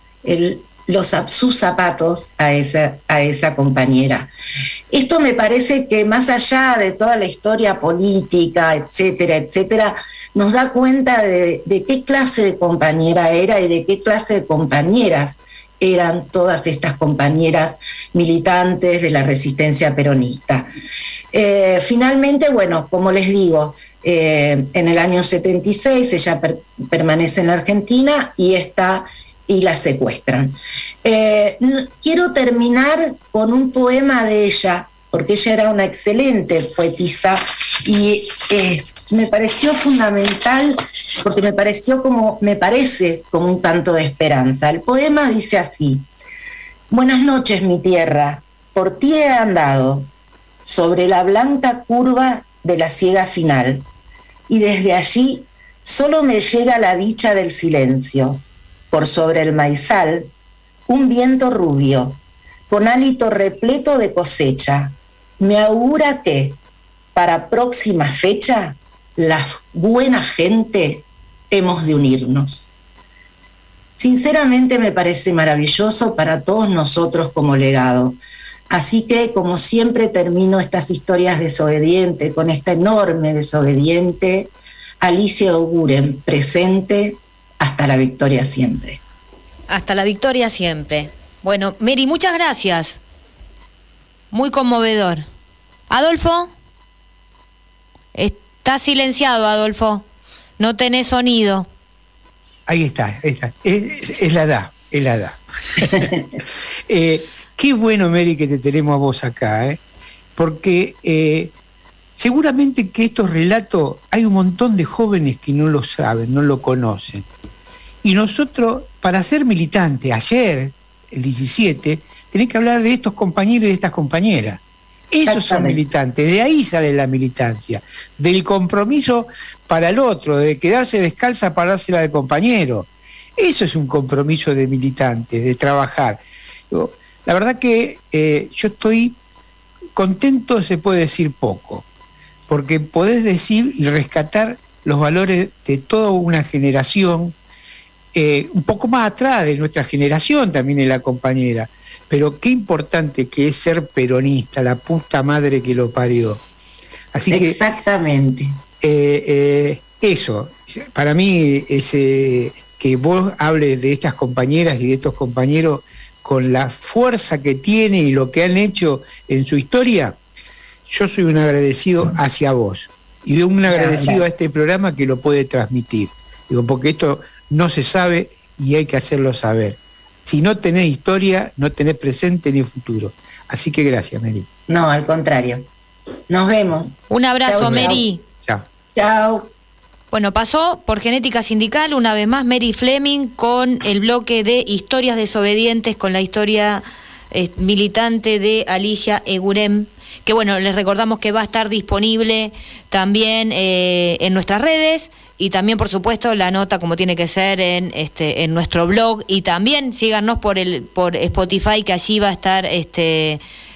sus zapatos a esa compañera. Esto me parece que más allá de toda la historia política, etcétera, etcétera, nos da cuenta de qué clase de compañera era y de qué clase de compañeras eran todas estas compañeras militantes de la resistencia peronista. Finalmente, bueno, como les digo, en el año 76 ella permanece en la Argentina y la secuestran. Quiero terminar con un poema de ella, porque ella era una excelente poetisa y me pareció fundamental, porque me parece como un canto de esperanza. El poema dice así: buenas noches, mi tierra, por ti he andado sobre la blanca curva de la siega final, y desde allí solo me llega la dicha del silencio. Por sobre el maizal, un viento rubio, con hálito repleto de cosecha, me augura que, para próxima fecha, la buena gente hemos de unirnos. Sinceramente me parece maravilloso para todos nosotros como legado. Así que, como siempre, termino estas historias desobedientes con esta enorme desobediente, Alicia Oguren, presente hasta la victoria siempre. Hasta la victoria siempre. Bueno, Mary, muchas gracias. Muy conmovedor. Adolfo, está silenciado, Adolfo. No tenés sonido. Ahí está. Es la edad. Qué bueno, Mary, que te tenemos a vos acá, porque seguramente que estos relatos hay un montón de jóvenes que no lo saben, no lo conocen. Y nosotros, para ser militantes, ayer, el 17, tenés que hablar de estos compañeros y de estas compañeras. Esos son militantes, de ahí sale la militancia, del compromiso para el otro, de quedarse descalza para dársela al compañero. Eso es un compromiso de militantes, de trabajar. La verdad que yo estoy contento, se puede decir poco, porque podés decir y rescatar los valores de toda una generación, un poco más atrás de nuestra generación también es la compañera, pero qué importante que es ser peronista, la puta madre que lo parió. Así que exactamente. Eso, para mí, que vos hables de estas compañeras y de estos compañeros con la fuerza que tienen y lo que han hecho en su historia, yo soy un agradecido hacia vos y de un agradecido a este programa que lo puede transmitir. Digo, porque esto no se sabe y hay que hacerlo saber. Si no tenés historia, no tenés presente ni futuro. Así que gracias, Mary. No, al contrario. Nos vemos. Un abrazo, chau, Mary. Chao. Chao. Bueno, pasó por Genética Sindical una vez más Mary Fleming con el bloque de historias desobedientes, con la historia militante de Alicia Eguren, que bueno, les recordamos que va a estar disponible también en nuestras redes y también, por supuesto, la nota como tiene que ser en nuestro blog, y también síganos por Spotify, que allí va a estar este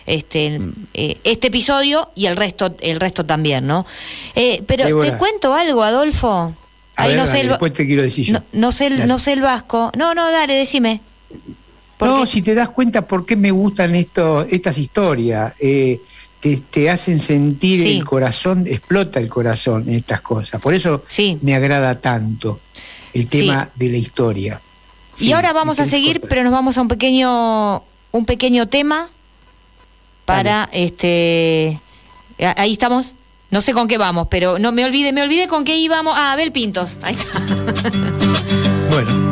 episodio y el resto también, ¿no? Pero te cuento algo, Adolfo. Ahí no sé, después te quiero decir yo. No sé el vasco. No, dale, decime. No, si te das cuenta por qué me gustan estas historias, te hacen sentir el corazón, explota el corazón en estas cosas. Por eso me agrada tanto el tema de la historia. Y ahora vamos a seguir, pero nos vamos a un pequeño tema para ahí estamos. No sé con qué vamos, pero no me olvidé con qué íbamos. Abel Pintos. Ahí está. Bueno.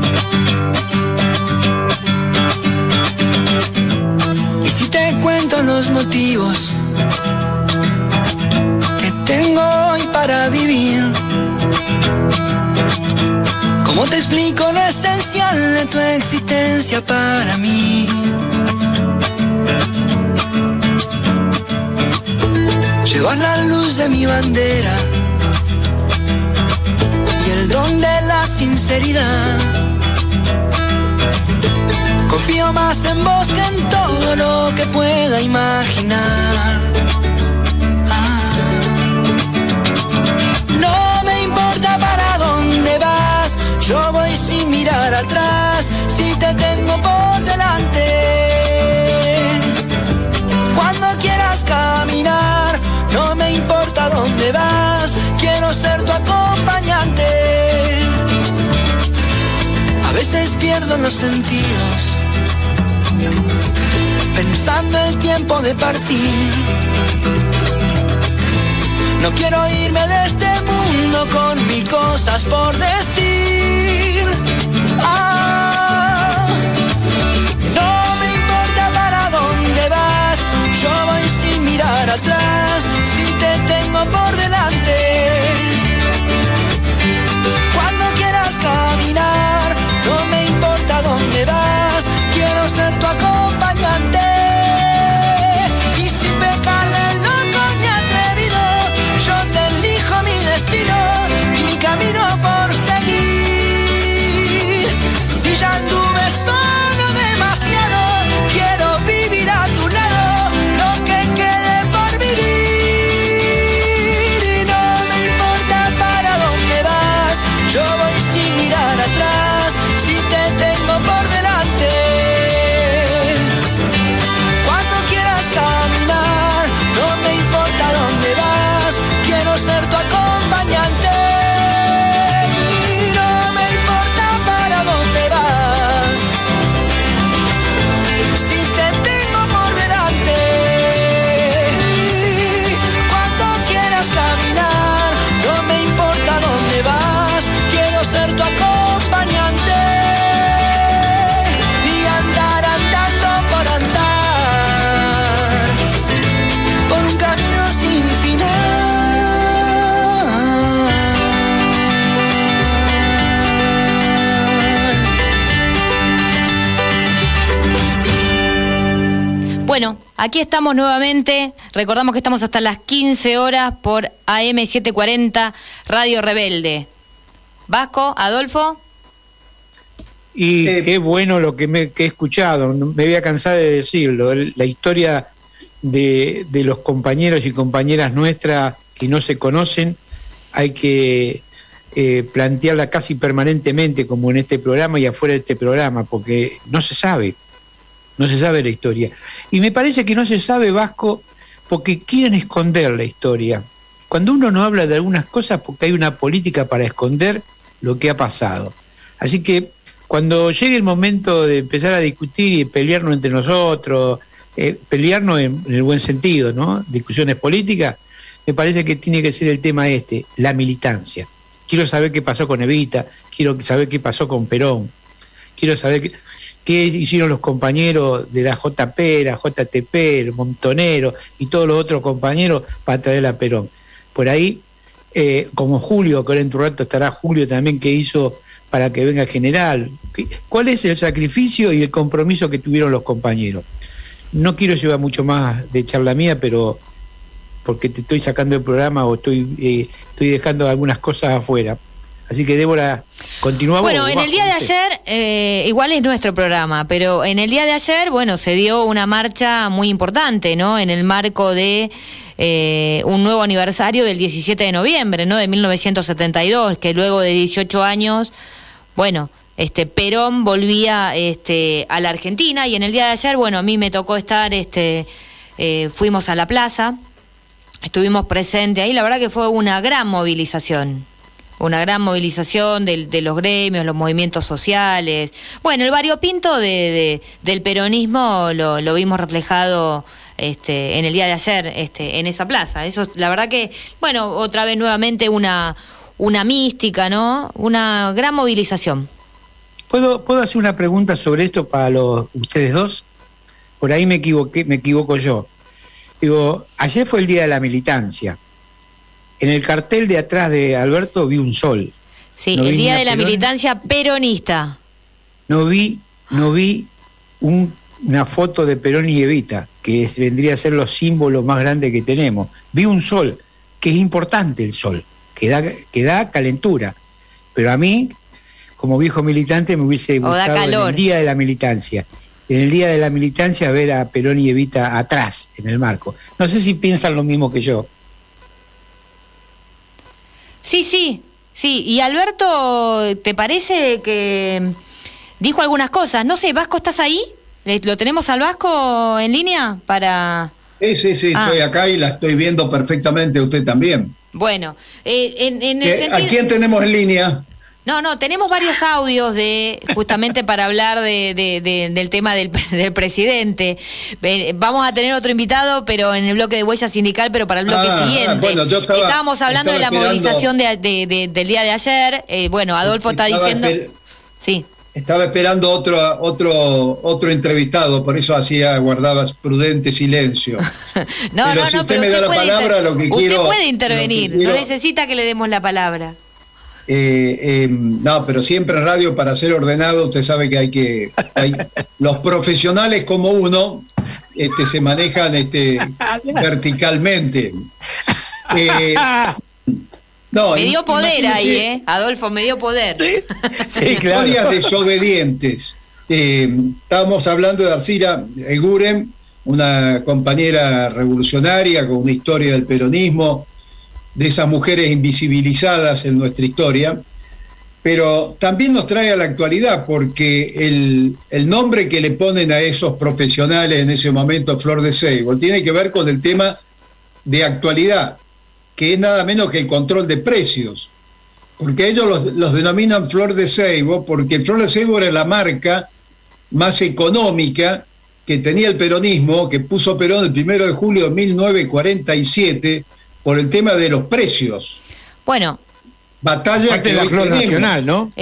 Y si te cuento los motivos que tengo hoy para vivir, ¿cómo te explico lo esencial de tu existencia para mí? Llevas la luz de mi bandera y el don de la sinceridad. Confío más en vos que en todo lo que pueda imaginar. No me importa para dónde vas, yo voy sin mirar atrás, si te tengo por delante. Cuando quieras caminar, no me importa dónde vas, quiero ser tu acompañante. A veces pierdo los sentidos, pensando el tiempo de partir. No quiero irme de este mundo con mil cosas por decir. No me importa para dónde vas, yo voy sin mirar atrás, si te tengo por delante. Cuando quieras caminar, no me importa dónde vas, quiero ser tu acompañante. Y sin pecar de loco ni atrevido, yo te elijo mi destino y mi camino por seguir. Si ya tuve solo demasiado, quiero vivir a tu lado lo que quede por vivir. No me importa para dónde vas, yo voy sin mirar atrás, si te tengo por delante. Cuando quieras caminar, no me importa dónde vas, quiero ser tu acompañante. No me importa para dónde vas, si te tengo por delante. Cuando quieras caminar, no me importa dónde vas, quiero ser tu acompañante. Y andar andando por andar, por un camino sin final. Bueno, aquí estamos nuevamente. Recordamos que estamos hasta las 15 horas por AM740 Radio Rebelde. Vasco, Adolfo. Y qué bueno lo que he escuchado, me voy a cansar de decirlo, la historia de los compañeros y compañeras nuestras que no se conocen, hay que plantearla casi permanentemente, como en este programa y afuera de este programa, porque no se sabe la historia. Y me parece que no se sabe, Vasco, porque quieren esconder la historia. Cuando uno no habla de algunas cosas, porque hay una política para esconder lo que ha pasado. Así que cuando llegue el momento de empezar a discutir y pelearnos entre nosotros, pelearnos en el buen sentido, ¿no? Discusiones políticas, me parece que tiene que ser el tema la militancia. Quiero saber qué pasó con Evita, quiero saber qué pasó con Perón, quiero saber qué hicieron los compañeros de la JP, la JTP, el Montonero y todos los otros compañeros para traer a Perón. Por ahí, como Julio, que ahora en tu rato estará Julio también, que hizo para que venga general. ¿Cuál es el sacrificio y el compromiso que tuvieron los compañeros? No quiero llevar mucho más de charla mía, pero porque te estoy sacando del programa o estoy dejando algunas cosas afuera. Así que, Débora, continúa. Bueno, en el día de ayer, igual es nuestro programa, pero en el día de ayer, bueno, se dio una marcha muy importante, ¿no? En el marco de un nuevo aniversario del 17 de noviembre, ¿no? De 1972, que luego de 18 años, bueno, Perón volvía a la Argentina, y en el día de ayer, bueno, a mí me tocó estar, fuimos a la plaza, estuvimos presentes ahí, la verdad que fue una gran movilización, una gran movilización de los gremios, los movimientos sociales. Bueno, el variopinto del peronismo lo vimos reflejado en el día de ayer en esa plaza. Eso, la verdad que, bueno, otra vez nuevamente una mística, ¿no? Una gran movilización. ¿Puedo hacer una pregunta sobre esto para ustedes dos? Por ahí me equivoco yo. Digo, ayer fue el Día de la Militancia. En el cartel de atrás de Alberto vi un sol. Sí, el Día de la Militancia Peronista. No vi una foto de Perón y Evita, que vendría a ser los símbolos más grandes que tenemos. Vi un sol, que es importante el sol, que da calentura. Pero a mí, como viejo militante, me hubiese gustado en el Día de la Militancia. En el Día de la Militancia ver a Perón y Evita atrás, en el marco. No sé si piensan lo mismo que yo. Sí. Y Alberto, ¿te parece que dijo algunas cosas? No sé, ¿Vasco, estás ahí? ¿Lo tenemos al Vasco en línea para...? Sí, estoy acá y la estoy viendo perfectamente, usted también. Bueno, en el sentido... ¿A quién tenemos en línea? No, tenemos varios audios justamente para hablar del tema del presidente. Vamos a tener otro invitado, pero en el bloque de Huella Sindical, pero para el bloque siguiente. Bueno, estábamos hablando de la movilización del día de ayer. Adolfo está diciendo... Sí. Estaba esperando otro entrevistado, por eso guardaba prudente silencio. Pero usted me da la palabra, usted puede intervenir, no necesita que le demos la palabra. No, pero siempre en radio, para ser ordenado, usted sabe que los profesionales como uno se manejan verticalmente. Me dio poder ahí, Adolfo, me dio poder. Sí, claro. Historias desobedientes. Estábamos hablando de Arcira Eguren, una compañera revolucionaria con una historia del peronismo, de esas mujeres invisibilizadas en nuestra historia, pero también nos trae a la actualidad, porque el nombre que le ponen a esos profesionales en ese momento, Flor de Seibo, tiene que ver con el tema de actualidad, que es nada menos que el control de precios, porque ellos los denominan Flor de Seibo, porque Flor de Seibo era la marca más económica que tenía el peronismo, que puso Perón el 1 de julio de 1947, por el tema de los precios. Bueno. Batalla que la hoy Flor tenemos. Nacional, ¿no?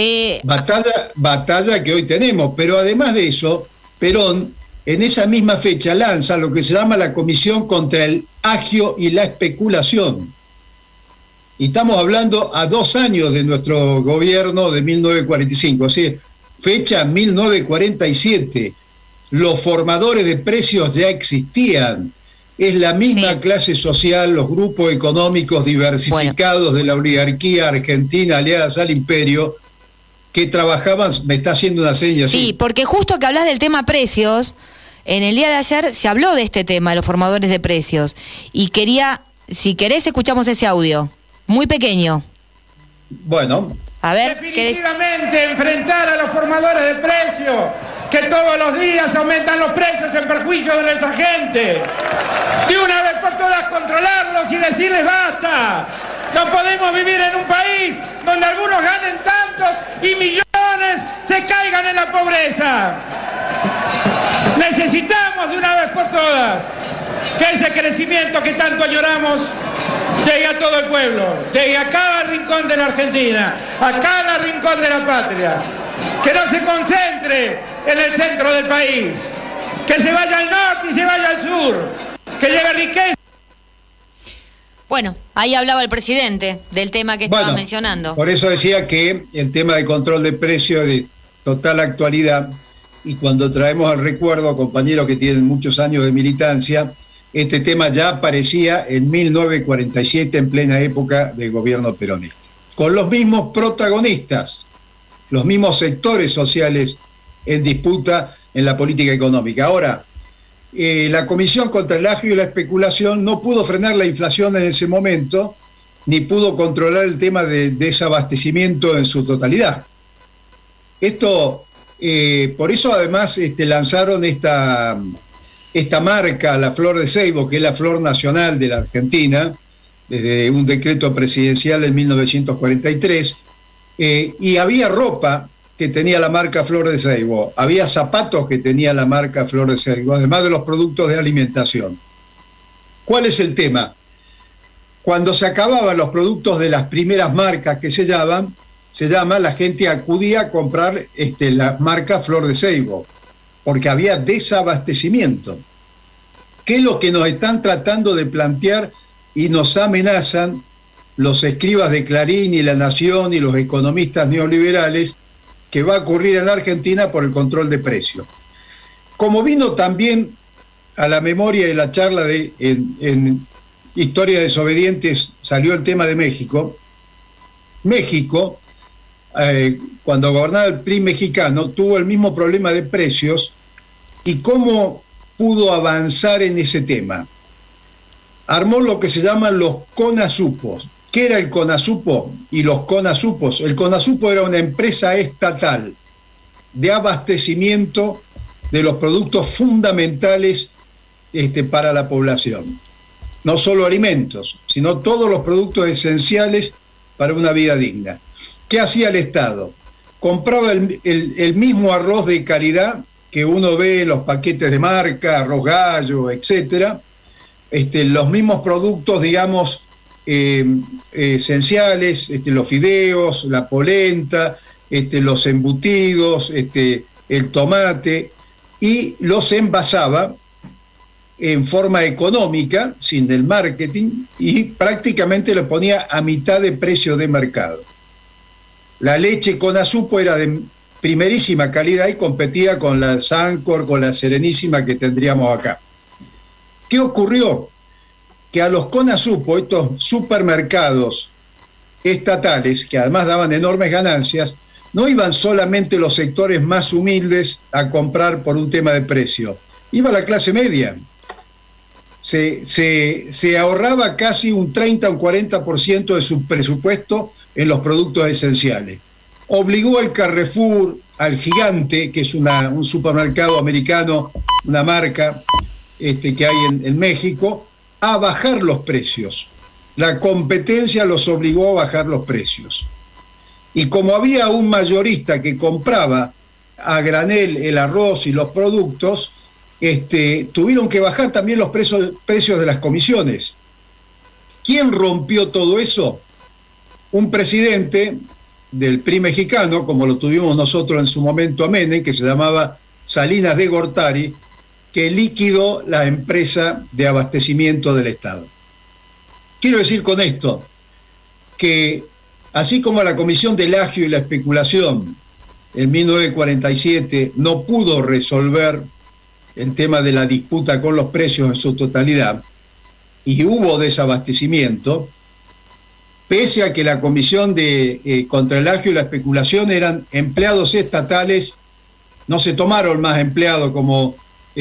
Batalla que hoy tenemos, pero además de eso, Perón en esa misma fecha lanza lo que se llama la Comisión contra el Agio y la Especulación. Y estamos hablando a 2 años de nuestro gobierno de 1945, así fecha 1947. Los formadores de precios ya existían. Es la misma clase social, los grupos económicos diversificados de la oligarquía argentina aliadas al imperio, que trabajaban. Me está haciendo una seña. Sí, porque justo que hablas del tema precios, en el día de ayer se habló de este tema, los formadores de precios, y si querés, escuchamos ese audio, muy pequeño. Bueno. A ver. Definitivamente enfrentar a los formadores de precios, que todos los días aumentan los precios en perjuicio de nuestra gente. De una vez por todas controlarlos y decirles basta. No podemos vivir en un país donde algunos ganen tantos y millones se caigan en la pobreza. Necesitamos de una vez por todas que ese crecimiento que tanto añoramos llegue a todo el pueblo, llegue a cada rincón de la Argentina, a cada rincón de la patria. Que no se concentre en el centro del país, que se vaya al norte y se vaya al sur, que lleve riqueza. Bueno, ahí hablaba el presidente del tema que estaba mencionando. Por eso decía que el tema de control de precios de total actualidad, y cuando traemos al recuerdo a compañeros que tienen muchos años de militancia, este tema ya aparecía en 1947 en plena época del gobierno peronista, con los mismos protagonistas, los mismos sectores sociales en disputa en la política económica. Ahora, la Comisión contra el Agio y la Especulación no pudo frenar la inflación en ese momento, ni pudo controlar el tema de desabastecimiento en su totalidad. Esto, por eso además lanzaron esta marca, la Flor de Seibo, que es la flor nacional de la Argentina, desde un decreto presidencial en 1943, y había ropa que tenía la marca Flor de Seibo, había zapatos que tenía la marca Flor de Seibo, además de los productos de alimentación. ¿Cuál es el tema? Cuando se acababan los productos de las primeras marcas que se llama, la gente acudía a comprar la marca Flor de Seibo, porque había desabastecimiento. ¿Qué es lo que nos están tratando de plantear y nos amenazan los escribas de Clarín y La Nación y los economistas neoliberales que va a ocurrir en la Argentina por el control de precios? Como vino también a la memoria de la charla en Historia de Desobedientes, salió el tema de México. México, cuando gobernaba el PRI mexicano, tuvo el mismo problema de precios. ¿Y cómo pudo avanzar en ese tema? Armó lo que se llaman los CONASUPOS. ¿Qué era el CONASUPO y los CONASUPOS? El CONASUPO era una empresa estatal de abastecimiento de los productos fundamentales para la población. No solo alimentos, sino todos los productos esenciales para una vida digna. ¿Qué hacía el Estado? Compraba el mismo arroz de calidad que uno ve en los paquetes de marca, arroz gallo, etcétera, los mismos productos, digamos, esenciales, los fideos, la polenta, los embutidos, el tomate, y los envasaba en forma económica, sin el marketing, y prácticamente lo ponía a mitad de precio de mercado. La leche CONASUPO era de primerísima calidad y competía con la Sancor, con la Serenísima que tendríamos acá. ¿Qué ocurrió? Que a los CONASUPO, estos supermercados estatales, que además daban enormes ganancias, no iban solamente los sectores más humildes a comprar por un tema de precio, iba la clase media. Se ahorraba casi un 30 o un 40% de su presupuesto en los productos esenciales. Obligó al Carrefour, al Gigante, que es un supermercado americano, una marca que hay en México, a bajar los precios. La competencia los obligó a bajar los precios. Y como había un mayorista que compraba a granel el arroz y los productos, tuvieron que bajar también los precios de las comisiones. ¿Quién rompió todo eso? Un presidente del PRI mexicano, como lo tuvimos nosotros en su momento a Menem, que se llamaba Salinas de Gortari, que liquidó la empresa de abastecimiento del Estado. Quiero decir con esto que así como la Comisión del Agio y la Especulación en 1947 no pudo resolver el tema de la disputa con los precios en su totalidad y hubo desabastecimiento, pese a que la Comisión contra el Agio y la Especulación eran empleados estatales, no se tomaron más empleados como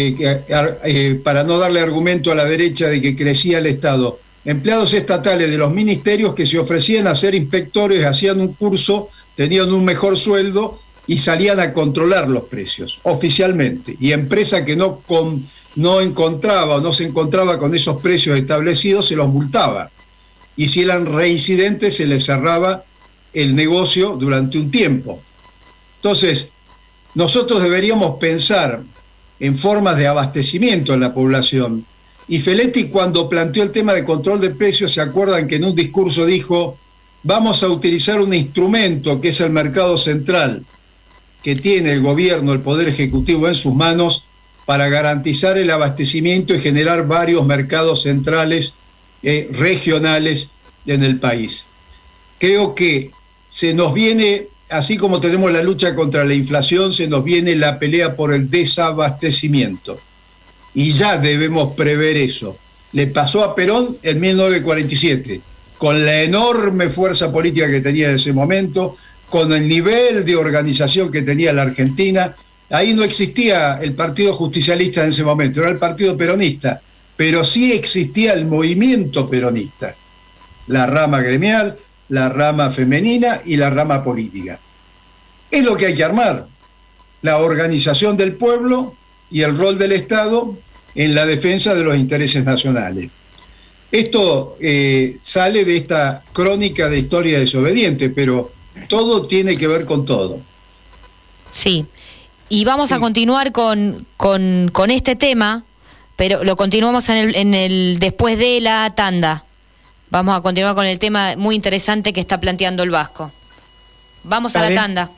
para no darle argumento a la derecha de que crecía el Estado, empleados estatales de los ministerios que se ofrecían a ser inspectores, hacían un curso, tenían un mejor sueldo y salían a controlar los precios oficialmente. Y empresa que no encontraba o no se encontraba con esos precios establecidos se los multaba. Y si eran reincidentes se les cerraba el negocio durante un tiempo. Entonces, nosotros deberíamos pensar en formas de abastecimiento en la población. Y Feletti, cuando planteó el tema de control de precios, se acuerdan que en un discurso dijo: vamos a utilizar un instrumento que es el mercado central, que tiene el gobierno, el Poder Ejecutivo en sus manos, para garantizar el abastecimiento y generar varios mercados centrales, regionales en el país. Creo que se nos viene, así como tenemos la lucha contra la inflación, se nos viene la pelea por el desabastecimiento. Y ya debemos prever eso. Le pasó a Perón en 1947, con la enorme fuerza política que tenía en ese momento, con el nivel de organización que tenía la Argentina. Ahí no existía el Partido Justicialista en ese momento, era el Partido Peronista, pero sí existía el movimiento peronista, la rama gremial, la rama femenina y la rama política. Es lo que hay que armar, la organización del pueblo y el rol del Estado en la defensa de los intereses nacionales. Esto sale de esta crónica de historia desobediente, pero todo tiene que ver con todo. Sí, y vamos a continuar con este tema, pero lo continuamos en el después de la tanda. Vamos a continuar con el tema muy interesante que está planteando el Vasco. Vamos a la tanda.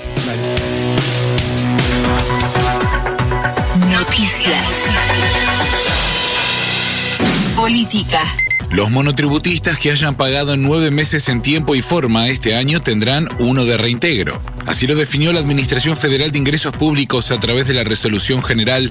Noticias. Política. Los monotributistas que hayan pagado en 9 meses en tiempo y forma este año tendrán uno de reintegro. Así lo definió la Administración Federal de Ingresos Públicos a través de la Resolución General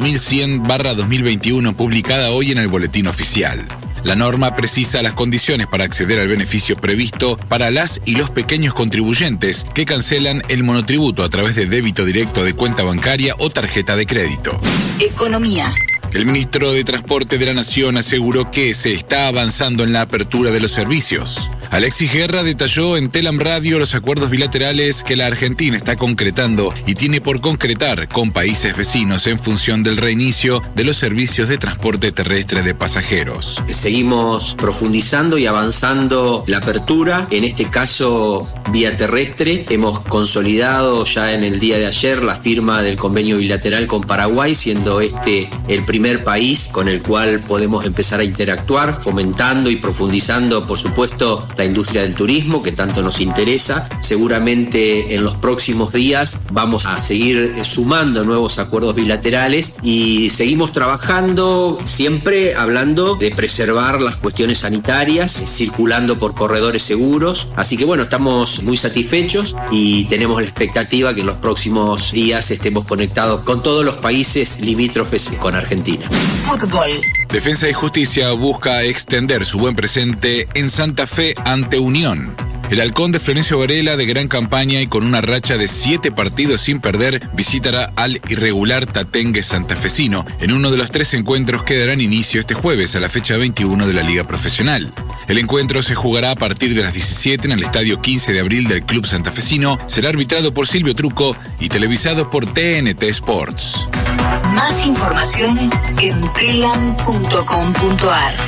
5100/2021 publicada hoy en el Boletín Oficial. La norma precisa las condiciones para acceder al beneficio previsto para las y los pequeños contribuyentes que cancelan el monotributo a través de débito directo de cuenta bancaria o tarjeta de crédito. Economía. El ministro de Transporte de la Nación aseguró que se está avanzando en la apertura de los servicios. Alexis Guerra detalló en Telam Radio los acuerdos bilaterales que la Argentina está concretando y tiene por concretar con países vecinos en función del reinicio de los servicios de transporte terrestre de pasajeros. Seguimos profundizando y avanzando la apertura, en este caso vía terrestre. Hemos consolidado ya en el día de ayer la firma del convenio bilateral con Paraguay, siendo este el primer país con el cual podemos empezar a interactuar, fomentando y profundizando, por supuesto, la industria del turismo, que tanto nos interesa. Seguramente en los próximos días vamos a seguir sumando nuevos acuerdos bilaterales y seguimos trabajando, siempre hablando de preservar las cuestiones sanitarias, circulando por corredores seguros. Así que bueno, estamos muy satisfechos y tenemos la expectativa que en los próximos días estemos conectados con todos los países limítrofes con Argentina. Fútbol. Defensa y Justicia busca extender su buen presente en Santa Fe ante Unión. El halcón de Florencio Varela, de gran campaña y con una racha de 7 partidos sin perder, visitará al irregular Tatengue santafesino en uno de los 3 encuentros que darán inicio este jueves a la fecha 21 de la Liga Profesional. El encuentro se jugará a partir de las 17 en el Estadio 15 de Abril del Club Santafesino, será arbitrado por Silvio Truco y televisado por TNT Sports. Más información en telam.com.ar.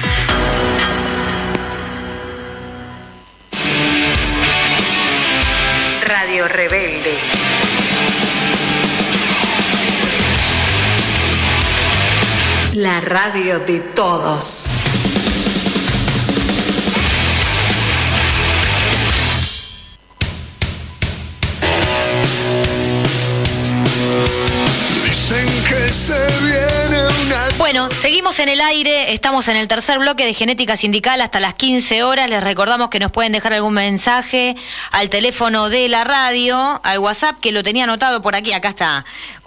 Radio Rebelde. La radio de todos. Dicen que se viene una... Bueno, seguimos en el aire, estamos en el tercer bloque de Genética Sindical hasta las 15 horas. Les recordamos que nos pueden dejar algún mensaje al teléfono de la radio, al WhatsApp, que lo tenía anotado por aquí, acá está,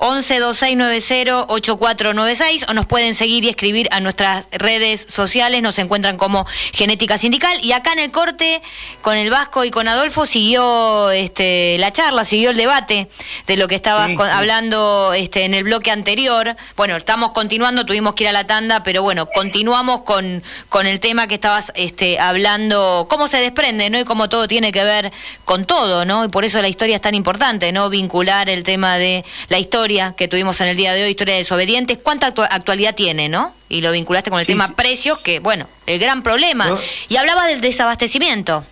11-2690-8496, o nos pueden seguir y escribir a nuestras redes sociales, nos encuentran como Genética Sindical. Y acá en el corte, con el Vasco y con Adolfo, siguió la charla, siguió el debate de lo que estabas hablando en el bloque anterior. Bueno, estamos continuando, tuvimos que ir a la tanda, pero bueno, continuamos con el tema que estabas hablando, cómo se desprende, ¿no? Y cómo todo tiene que ver con todo, ¿no? Y por eso la historia es tan importante, ¿no? Vincular el tema de la historia que tuvimos en el día de hoy, historia de desobedientes, cuánta actualidad tiene, ¿no? Y lo vinculaste con el tema precios, que bueno, el gran problema. ¿No? Y hablabas del desabastecimiento.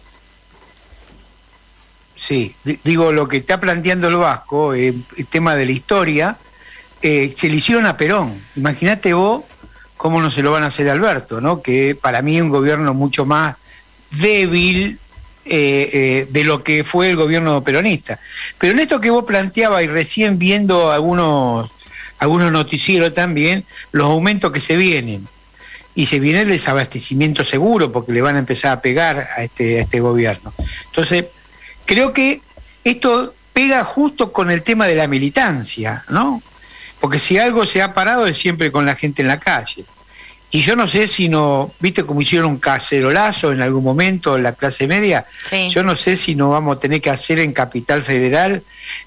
Sí, digo, lo que está planteando el Vasco, el tema de la historia, se le hicieron a Perón. Imagínate vos cómo no se lo van a hacer a Alberto, ¿no? Que para mí es un gobierno mucho más débil de lo que fue el gobierno peronista. Pero en esto que vos planteabas, y recién viendo algunos noticieros también, los aumentos que se vienen. Y se viene el desabastecimiento seguro, porque le van a empezar a pegar a este gobierno. Entonces, creo que esto pega justo con el tema de la militancia, ¿no? Porque si algo se ha parado es siempre con la gente en la calle. Y yo no sé si no, viste como hicieron un cacerolazo en algún momento en la clase media, sí. Yo no sé si no vamos a tener que hacer en Capital Federal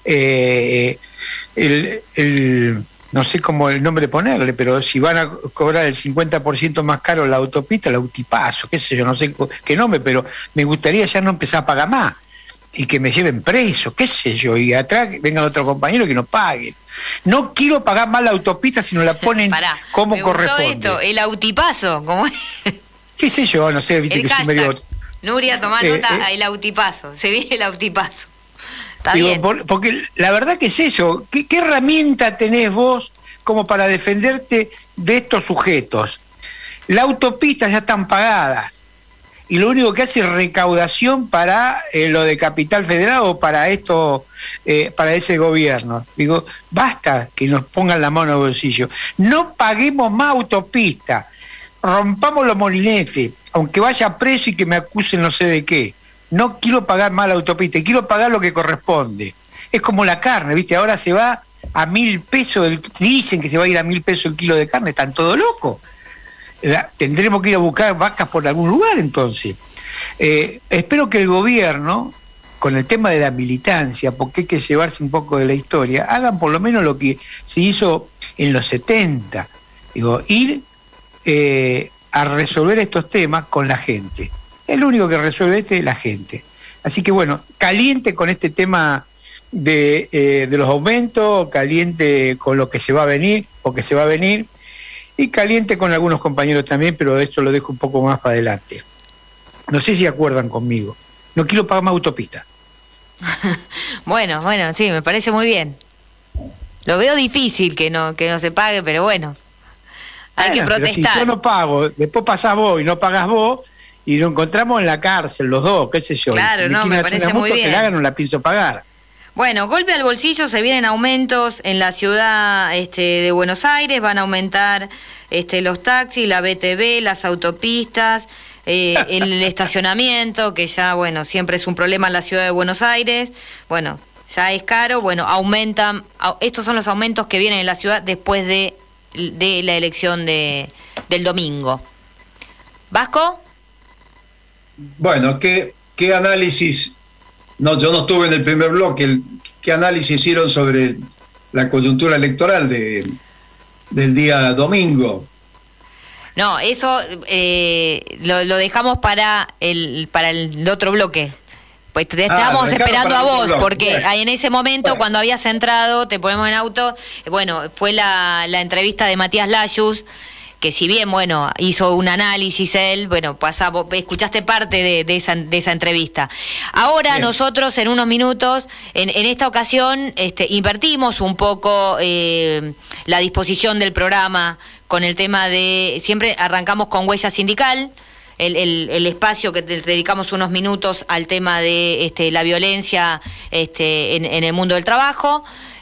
no sé cómo el nombre ponerle, pero si van a cobrar el 50% más caro la autopista, el autipaso, qué sé yo, no sé qué nombre, pero me gustaría ya no empezar a pagar más y que me lleven preso, qué sé yo, y atrás vengan otros compañeros que no paguen. No quiero pagar más la autopista si no la ponen como corresponde. Esto, el autipaso, ¿cómo es? qué sé yo, no sé, viste el que hashtag. soy medio... Nuria, tomá nota, el autipaso, se viene el autipaso. Está bien. Porque la verdad que es eso, ¿qué herramienta tenés vos como para defenderte de estos sujetos? Las autopistas ya están pagadas y lo único que hace es recaudación para lo de Capital Federal o para esto, para ese gobierno. Digo, basta que nos pongan la mano en el bolsillo. No paguemos más autopistas, rompamos los molinetes, aunque vaya preso y que me acusen no sé de qué. No quiero pagar más la autopista, quiero pagar lo que corresponde. Es como la carne, ¿viste? Ahora se va a 1.000 pesos, dicen que se va a ir a 1.000 pesos el kilo de carne, están todos locos. Tendremos que ir a buscar vacas por algún lugar entonces. Espero que el gobierno, con el tema de la militancia, porque hay que llevarse un poco de la historia, hagan por lo menos lo que se hizo en los 70. Digo, ir a resolver estos temas con la gente. El único que resuelve es la gente. Así que bueno, caliente con este tema de los aumentos, caliente con lo que se va a venir, o que se va a venir, y caliente con algunos compañeros también, pero esto lo dejo un poco más para adelante. No sé si acuerdan conmigo. No quiero pagar más autopista. Bueno, sí, me parece muy bien. Lo veo difícil que no se pague, pero bueno, hay que protestar. Si yo no pago, después pasás vos y no pagás vos, y nos encontramos en la cárcel los dos, qué sé yo. Claro, no, me parece muy bien. Que la hagan, no la pienso pagar. Bueno, golpe al bolsillo, se vienen aumentos en la ciudad de Buenos Aires, van a aumentar los taxis, la BTV, las autopistas, el estacionamiento, que ya, bueno, siempre es un problema en la ciudad de Buenos Aires. Bueno, ya es caro, bueno, aumentan, estos son los aumentos que vienen en la ciudad después de la elección del domingo. ¿Vasco? Bueno, ¿qué análisis? No, yo no estuve en el primer bloque. ¿Qué análisis hicieron sobre la coyuntura electoral del día domingo? No, eso lo dejamos para el otro bloque. Pues te estábamos esperando a vos, porque en ese momento, cuando habías entrado, te ponemos en auto, bueno, fue la entrevista de Matías Layuz, que si bien, bueno, hizo un análisis él, bueno, escuchaste parte de esa entrevista. Ahora nosotros en unos minutos, en esta ocasión, invertimos un poco la disposición del programa con el tema de, siempre arrancamos con Huella Sindical, el espacio que dedicamos unos minutos al tema de la violencia en el mundo del trabajo.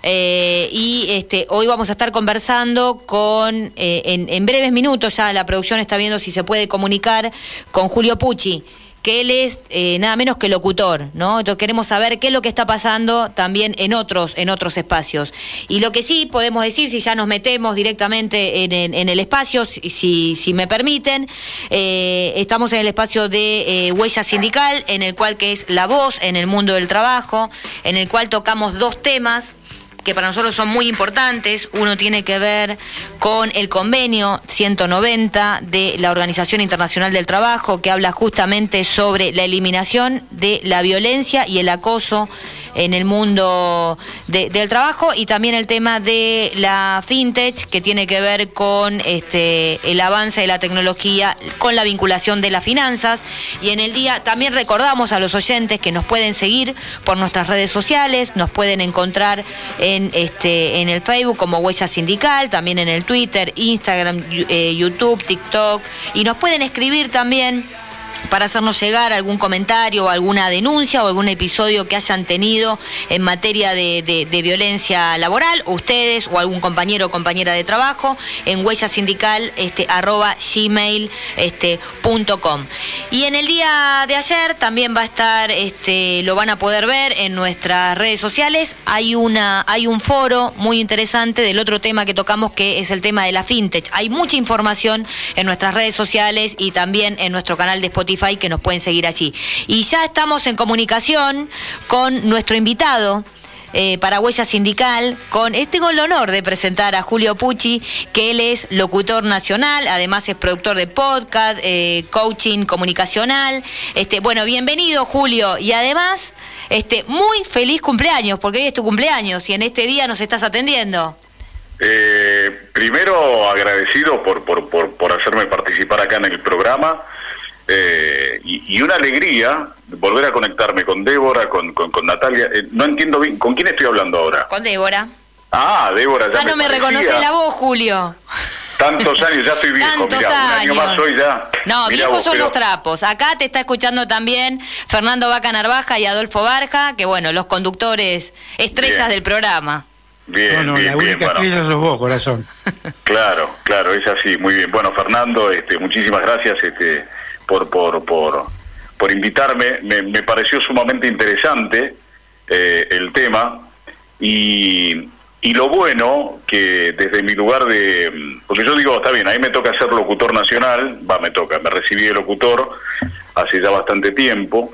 Y hoy vamos a estar conversando con, en breves minutos, ya la producción está viendo si se puede comunicar con Julio Pucci, que él es nada menos que locutor, ¿no? Entonces queremos saber qué es lo que está pasando también en otros espacios. Y lo que sí podemos decir, si ya nos metemos directamente en el espacio, si me permiten, estamos en el espacio de Huella Sindical, en el cual que es la voz en el mundo del trabajo, en el cual tocamos dos temas que para nosotros son muy importantes. Uno tiene que ver con el convenio 190 de la Organización Internacional del Trabajo, que habla justamente sobre la eliminación de la violencia y el acoso en el mundo del trabajo, y también el tema de la fintech, que tiene que ver con el avance de la tecnología, con la vinculación de las finanzas. Y en el día también recordamos a los oyentes que nos pueden seguir por nuestras redes sociales, nos pueden encontrar en el Facebook como Huella Sindical, también en el Twitter, Instagram, YouTube, TikTok, y nos pueden escribir también para hacernos llegar algún comentario o alguna denuncia o algún episodio que hayan tenido en materia de violencia laboral, o ustedes o algún compañero o compañera de trabajo, en huellasindical @gmail.com. Y en el día de ayer también va a estar, lo van a poder ver en nuestras redes sociales, hay un foro muy interesante del otro tema que tocamos, que es el tema de la fintech. Hay mucha información en nuestras redes sociales y también en nuestro canal de Spotify, que nos pueden seguir allí. Y ya estamos en comunicación con nuestro invitado para Huella Sindical, tengo el honor de presentar a Julio Pucci, que él es locutor nacional, además es productor de podcast, coaching comunicacional. Bueno, bienvenido, Julio, y además muy feliz cumpleaños, porque hoy es tu cumpleaños y en este día nos estás atendiendo. Primero agradecido por hacerme participar acá en el programa. y una alegría volver a conectarme con Débora, con Natalia. No entiendo bien, ¿con quién estoy hablando ahora? Con Débora. Ah, Débora. Ya no me reconoce la voz, Julio. Tantos años, ya estoy viejo. Tantos mirá, años. Un año más hoy ya. No, Mirá viejos vos, son pero... los trapos. Acá te está escuchando también Fernando Vaca Narvaja y Adolfo Barja, que bueno, los conductores estrellas del programa. Bien, no, bien, la única estrella sos vos, corazón. Claro, es así, muy bien. Bueno, Fernando, muchísimas gracias por invitarme. Me pareció sumamente interesante el tema y lo bueno que desde mi lugar porque yo digo, está bien, ahí me toca ser locutor nacional, me recibí de locutor hace ya bastante tiempo,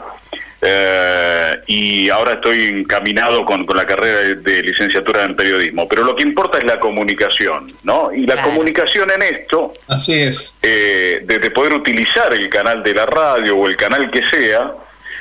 y ahora estoy encaminado con la carrera de licenciatura en periodismo, pero lo que importa es la comunicación, ¿no? Y la comunicación en esto, así es, de poder utilizar el canal de la radio o el canal que sea,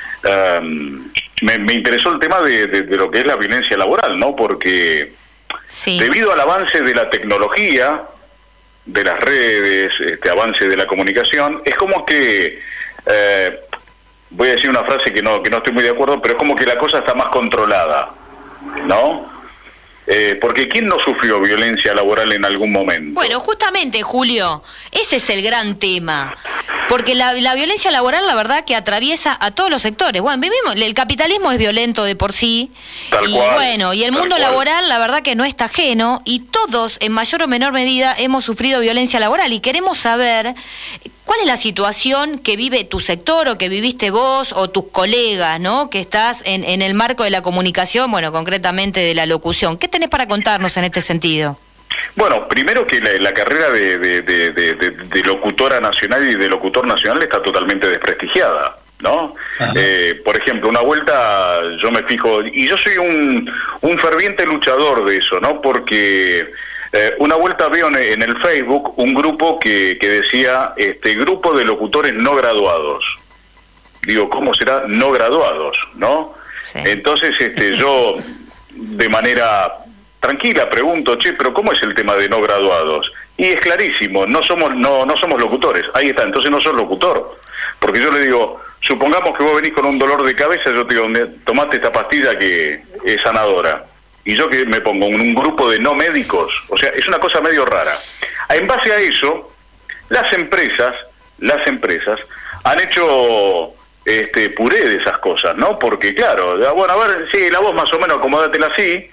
me interesó el tema de lo que es la violencia laboral, ¿no? Porque debido al avance de la tecnología, de las redes, avance de la comunicación, es como que, voy a decir una frase que no estoy muy de acuerdo, pero es como que la cosa está más controlada, ¿no? Porque ¿quién no sufrió violencia laboral en algún momento? Bueno, justamente, Julio, ese es el gran tema. Porque la violencia laboral, la verdad, que atraviesa a todos los sectores. Bueno, el capitalismo es violento de por sí. Tal cual, bueno, y el mundo laboral, la verdad que no está ajeno. Y todos, en mayor o menor medida, hemos sufrido violencia laboral. Y queremos saber cuál es la situación que vive tu sector o que viviste vos o tus colegas, ¿no? Que estás en el marco de la comunicación, bueno, concretamente de la locución. ¿Qué tenés para contarnos en este sentido? Bueno, primero que la carrera de locutora nacional y de locutor nacional está totalmente desprestigiada, ¿no? Por ejemplo, una vuelta yo me fijo, y yo soy un ferviente luchador de eso, ¿no? Porque una vuelta veo en el Facebook un grupo que decía, grupo de locutores no graduados. Digo, ¿cómo será no graduados, no? Sí. Entonces, yo de manera tranquila pregunto, pero ¿cómo es el tema de no graduados? Y es clarísimo, no somos locutores. Ahí está, entonces no sos locutor. Porque yo le digo, supongamos que vos venís con un dolor de cabeza, yo te digo, tomate esta pastilla que es sanadora. Y yo que me pongo en un grupo de no médicos, o sea, es una cosa medio rara. En base a eso, las empresas han hecho puré de esas cosas, ¿no? Porque claro, bueno, a ver, sí, la voz más o menos acomódatela así,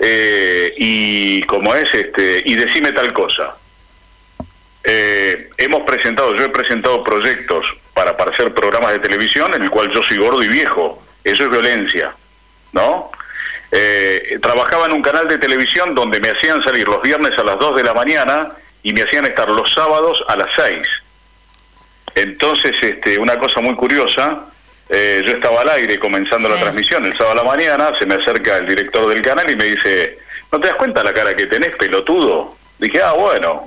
y como es, y decime tal cosa. Yo he presentado proyectos para hacer programas de televisión en el cual yo soy gordo y viejo. Eso es violencia, ¿no? Trabajaba en un canal de televisión donde me hacían salir los viernes a las 2 de la mañana y me hacían estar los sábados a las 6. Entonces, una cosa muy curiosa, yo estaba al aire comenzando la transmisión el sábado a la mañana, se me acerca el director del canal y me dice, ¿no te das cuenta la cara que tenés, pelotudo? Dije, bueno.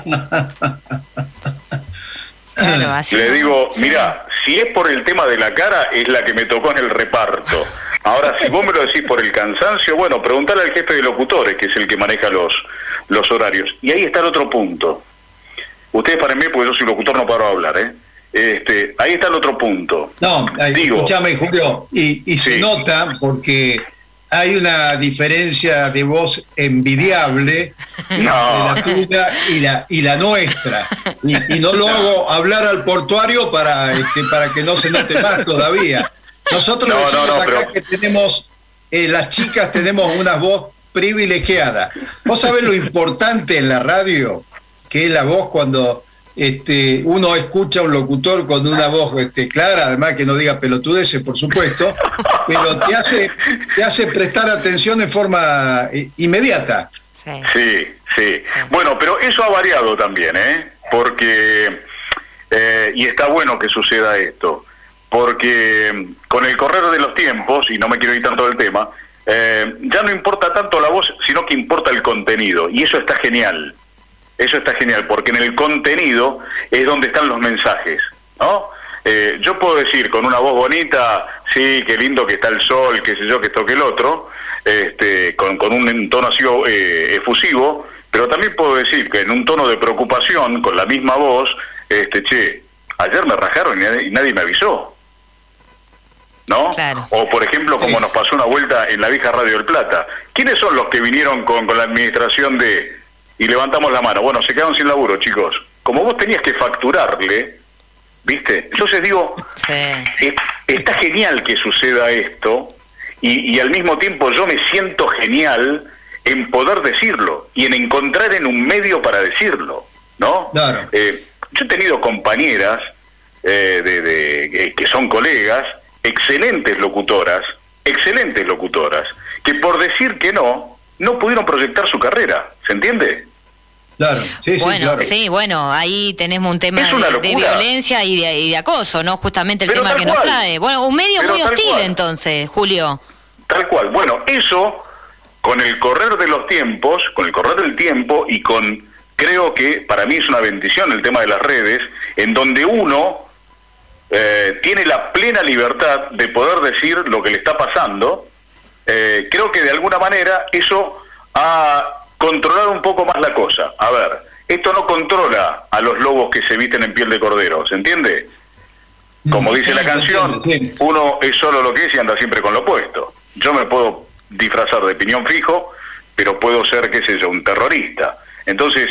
Claro, así le digo, mira, si es por el tema de la cara, es la que me tocó en el reparto. Ahora, si vos me lo decís por el cansancio, bueno, preguntale al jefe de locutores, que es el que maneja los horarios. Y ahí está el otro punto. Ustedes párenme, porque yo soy locutor, no paro de hablar, ahí está el otro punto. No, escúchame, Julio, y se nota porque hay una diferencia de voz envidiable entre la tuya y la nuestra. Y no lo hago hablar al portuario para que no se note más todavía. Nosotros decimos acá que tenemos, las chicas tenemos una voz privilegiada. ¿Vos sabés lo importante en la radio? Que es la voz cuando uno escucha a un locutor con una voz clara, además que no diga pelotudeces, por supuesto, pero te hace prestar atención en forma inmediata. Sí. Bueno, pero eso ha variado también, porque, y está bueno que suceda esto, porque con el correr de los tiempos, y no me quiero ir tanto del tema, ya no importa tanto la voz, sino que importa el contenido, y eso está genial. Eso está genial, porque en el contenido es donde están los mensajes, ¿no? Yo puedo decir con una voz bonita, sí, qué lindo que está el sol, qué sé yo, que esto, que el otro, con un tono así efusivo, pero también puedo decir que en un tono de preocupación, con la misma voz, ayer me rajaron y nadie me avisó, ¿no? Claro. O por ejemplo, como nos pasó una vuelta en la vieja Radio del Plata, ¿quiénes son los que vinieron con la administración y levantamos la mano? Bueno, se quedaron sin laburo, chicos. Como vos tenías que facturarle, ¿viste? Entonces digo, está genial que suceda esto, y al mismo tiempo yo me siento genial en poder decirlo y en encontrar en un medio para decirlo, ¿no? Claro. Yo he tenido compañeras que son colegas, excelentes locutoras, que por decir que no pudieron proyectar su carrera, ¿se entiende? Claro, sí, bueno, claro. sí, bueno, ahí tenés un tema de violencia y de acoso, ¿no? Justamente el tema que nos trae. Bueno, un medio muy hostil entonces, Julio. Tal cual. Bueno, eso, con el correr de los tiempos, y creo que para mí es una bendición el tema de las redes, en donde uno tiene la plena libertad de poder decir lo que le está pasando. Creo que de alguna manera eso ha controlado un poco más la cosa. A ver, esto no controla a los lobos que se visten en piel de cordero, ¿se entiende? Como dice la canción, uno es solo lo que es y anda siempre con lo opuesto. Yo me puedo disfrazar de piñón fijo, pero puedo ser, qué sé yo, un terrorista. Entonces,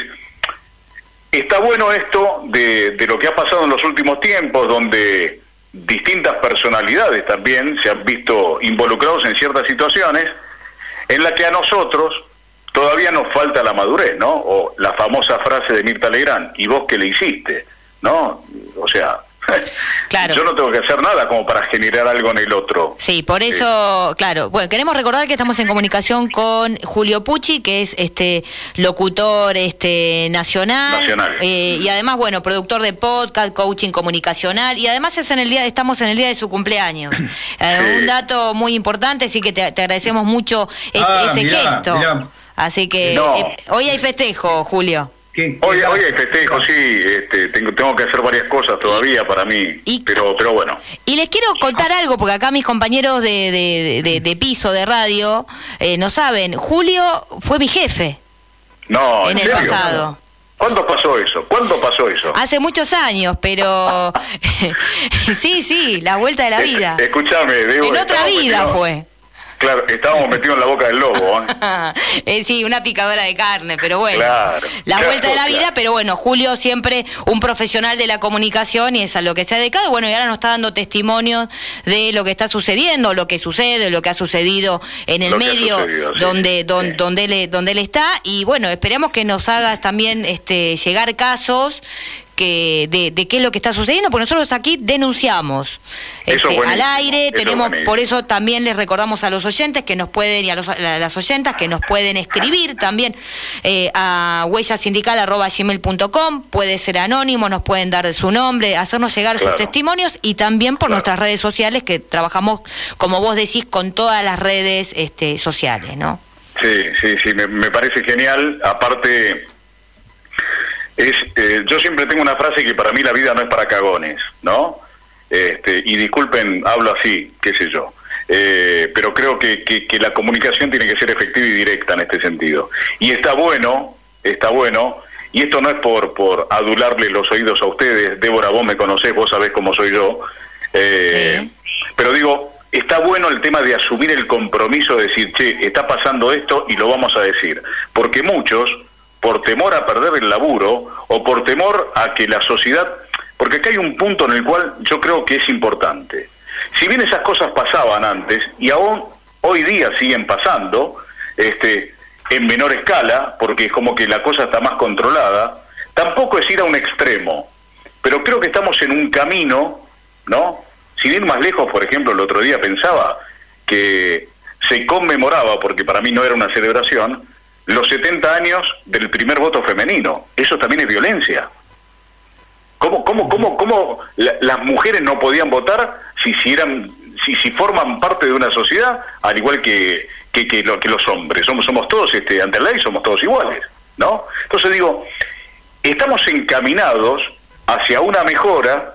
está bueno esto de lo que ha pasado en los últimos tiempos, donde distintas personalidades también se han visto involucrados en ciertas situaciones, en la que a nosotros todavía nos falta la madurez, ¿no? O la famosa frase de Mirta Legrand, ¿y vos qué le hiciste? ¿No? O sea, claro. Yo no tengo que hacer nada como para generar algo en el otro. Sí, por eso, claro. Bueno, queremos recordar que estamos en comunicación con Julio Pucci, que es locutor nacional. Y además, bueno, productor de podcast, coaching comunicacional, y además estamos en el día de su cumpleaños. Un dato muy importante, así que te agradecemos mucho ese gesto. Mirá. Así que hoy hay festejo, Julio. Hoy hay festejo, sí, tengo que hacer varias cosas todavía para mí, pero bueno. Y les quiero contar algo, porque acá mis compañeros de piso, de radio, no saben, Julio fue mi jefe. No, en el pasado. ¿Cuándo pasó eso? Hace muchos años, pero sí, la vuelta de la vida. Escúchame, en otra vida fue. Claro, estábamos metidos en la boca del lobo, sí, una picadora de carne, pero bueno, la vuelta de la vida, pero bueno, Julio siempre un profesional de la comunicación y es a lo que se ha dedicado, bueno, y ahora nos está dando testimonios de lo que está sucediendo, lo que sucede, lo que ha sucedido en el medio donde él está, y bueno, esperemos que nos hagas también llegar casos de qué es lo que está sucediendo, porque nosotros aquí denunciamos al aire, por eso también les recordamos a los oyentes que nos pueden, y a las oyentas que nos pueden escribir también a huellasindical@gmail.com, puede ser anónimo, nos pueden dar su nombre, hacernos llegar sus testimonios, y también por nuestras redes sociales, que trabajamos, como vos decís, con todas las redes sociales, ¿no? Sí, me parece genial, aparte... yo siempre tengo una frase que para mí la vida no es para cagones, ¿no? Y disculpen, hablo así, qué sé yo. Pero creo que la comunicación tiene que ser efectiva y directa en este sentido. Y está bueno, y esto no es por adularle los oídos a ustedes. Débora, vos me conocés, vos sabés cómo soy yo. Pero digo, está bueno el tema de asumir el compromiso de decir, che, está pasando esto y lo vamos a decir. Porque muchos, por temor a perder el laburo o por temor a que la sociedad... Porque acá hay un punto en el cual yo creo que es importante. Si bien esas cosas pasaban antes y aún hoy día siguen pasando, en menor escala, porque es como que la cosa está más controlada, tampoco es ir a un extremo. Pero creo que estamos en un camino, ¿no? Sin ir más lejos, por ejemplo, el otro día pensaba que se conmemoraba, porque para mí no era una celebración, los 70 años del primer voto femenino. Eso también es violencia. ¿Cómo las mujeres no podían votar si forman parte de una sociedad, al igual que los hombres? Somos todos, ante la ley somos todos iguales, ¿no? Entonces digo, estamos encaminados hacia una mejora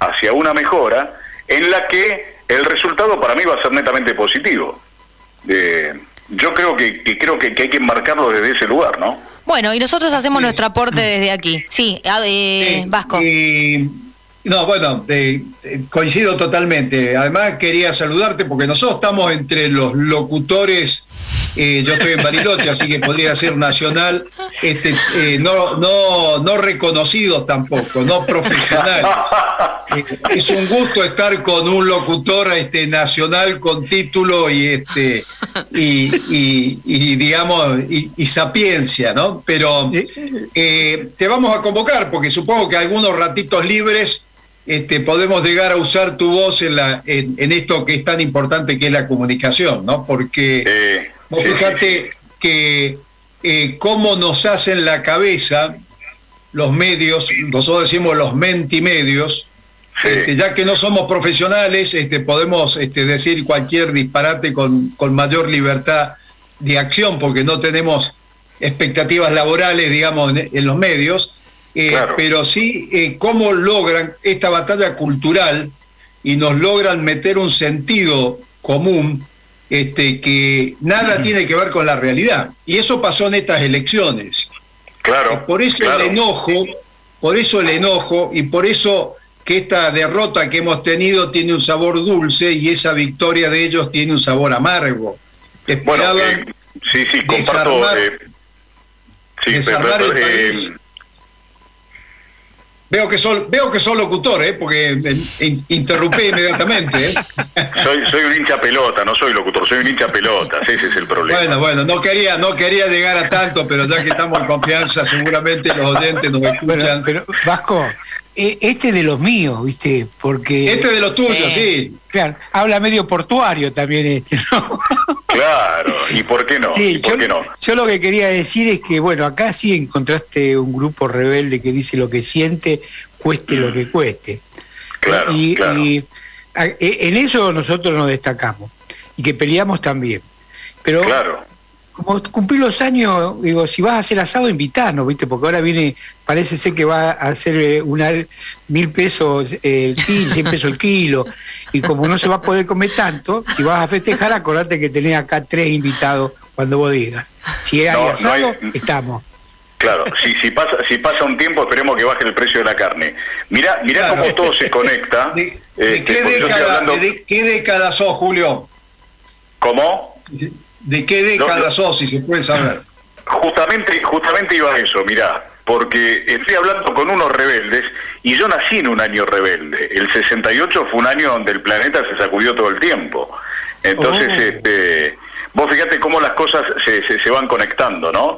en la que el resultado para mí va a ser netamente positivo. Yo creo que hay que enmarcarlo desde ese lugar, ¿no? Bueno, y nosotros hacemos nuestro aporte desde aquí. Sí, Vasco. No, bueno, coincido totalmente. Además quería saludarte porque nosotros estamos entre los locutores, yo estoy en Bariloche, así que podría ser nacional, no reconocidos tampoco, no profesionales. Es un gusto estar con un locutor nacional con título y digamos y sapiencia, ¿no? Pero te vamos a convocar porque supongo que algunos ratitos libres podemos llegar a usar tu voz en esto que es tan importante que es la comunicación, ¿no? Porque vos fíjate que cómo nos hacen la cabeza los medios, nosotros decimos los mentimedios, ya que no somos profesionales, podemos decir cualquier disparate con mayor libertad de acción, porque no tenemos expectativas laborales, digamos, en los medios. Claro. Pero sí, cómo logran esta batalla cultural y nos logran meter un sentido común que nada tiene que ver con la realidad. Y eso pasó en estas elecciones. Claro. Por eso el enojo y por eso que esta derrota que hemos tenido tiene un sabor dulce y esa victoria de ellos tiene un sabor amargo. Esperaban comparto. Desarmar el país. Veo que sos locutor, porque interrumpí inmediatamente. Soy un hincha pelota, no soy locutor, soy un hincha pelota, ese es el problema. Bueno, no quería llegar a tanto, pero ya que estamos en confianza, seguramente los oyentes nos escuchan. Pero Vasco, este de los míos, ¿viste? Porque este de los tuyos, sí. Claro, habla medio portuario también ¿no? Claro, ¿y por qué no? Sí, yo lo que quería decir es que, bueno, acá sí encontraste un grupo rebelde que dice lo que siente, cueste lo que cueste. Claro, y en eso nosotros nos destacamos y que peleamos también. Pero como cumplí los años, digo, si vas a hacer asado, invitanos, ¿viste? Porque ahora parece ser que va a hacer 1.000 pesos el kilo, 100 pesos el kilo, y como no se va a poder comer tanto, si vas a festejar, acordate que tenés acá 3 invitados cuando vos digas. Si hay asado, estamos. Claro, si pasa un tiempo, esperemos que baje el precio de la carne. Mirá cómo todo se conecta. ¿De qué década sos, Julio? ¿Cómo? ¿De qué década sos, si se puede saber? Justamente iba a eso, mirá, porque estoy hablando con unos rebeldes y yo nací en un año rebelde. El 68 fue un año donde el planeta se sacudió todo el tiempo. Entonces, vos fíjate cómo las cosas se van conectando, ¿no?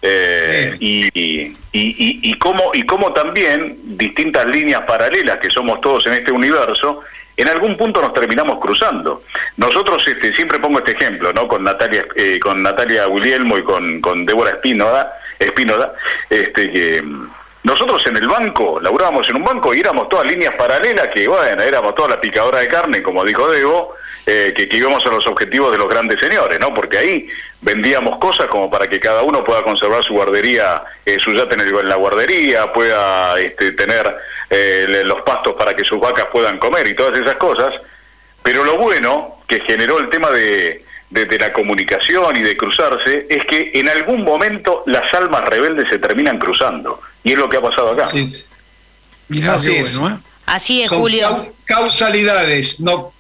Y cómo también distintas líneas paralelas que somos todos en este universo, en algún punto nos terminamos cruzando. Nosotros siempre pongo este ejemplo, ¿no? Con Natalia Guglielmo y con Débora Espínola, que nosotros en el banco, laburábamos en un banco y éramos todas líneas paralelas que, bueno, éramos toda la picadora de carne, como dijo Debo, que íbamos a los objetivos de los grandes señores, ¿no? Porque ahí vendíamos cosas como para que cada uno pueda conservar su guardería, su yate en la guardería, pueda tener los pastos para que sus vacas puedan comer y todas esas cosas. Pero lo bueno que generó el tema de la comunicación y de cruzarse es que en algún momento las almas rebeldes se terminan cruzando, y es lo que ha pasado acá. Sí. Mirá, así es. Bueno, Así es, son Julio. Causalidades,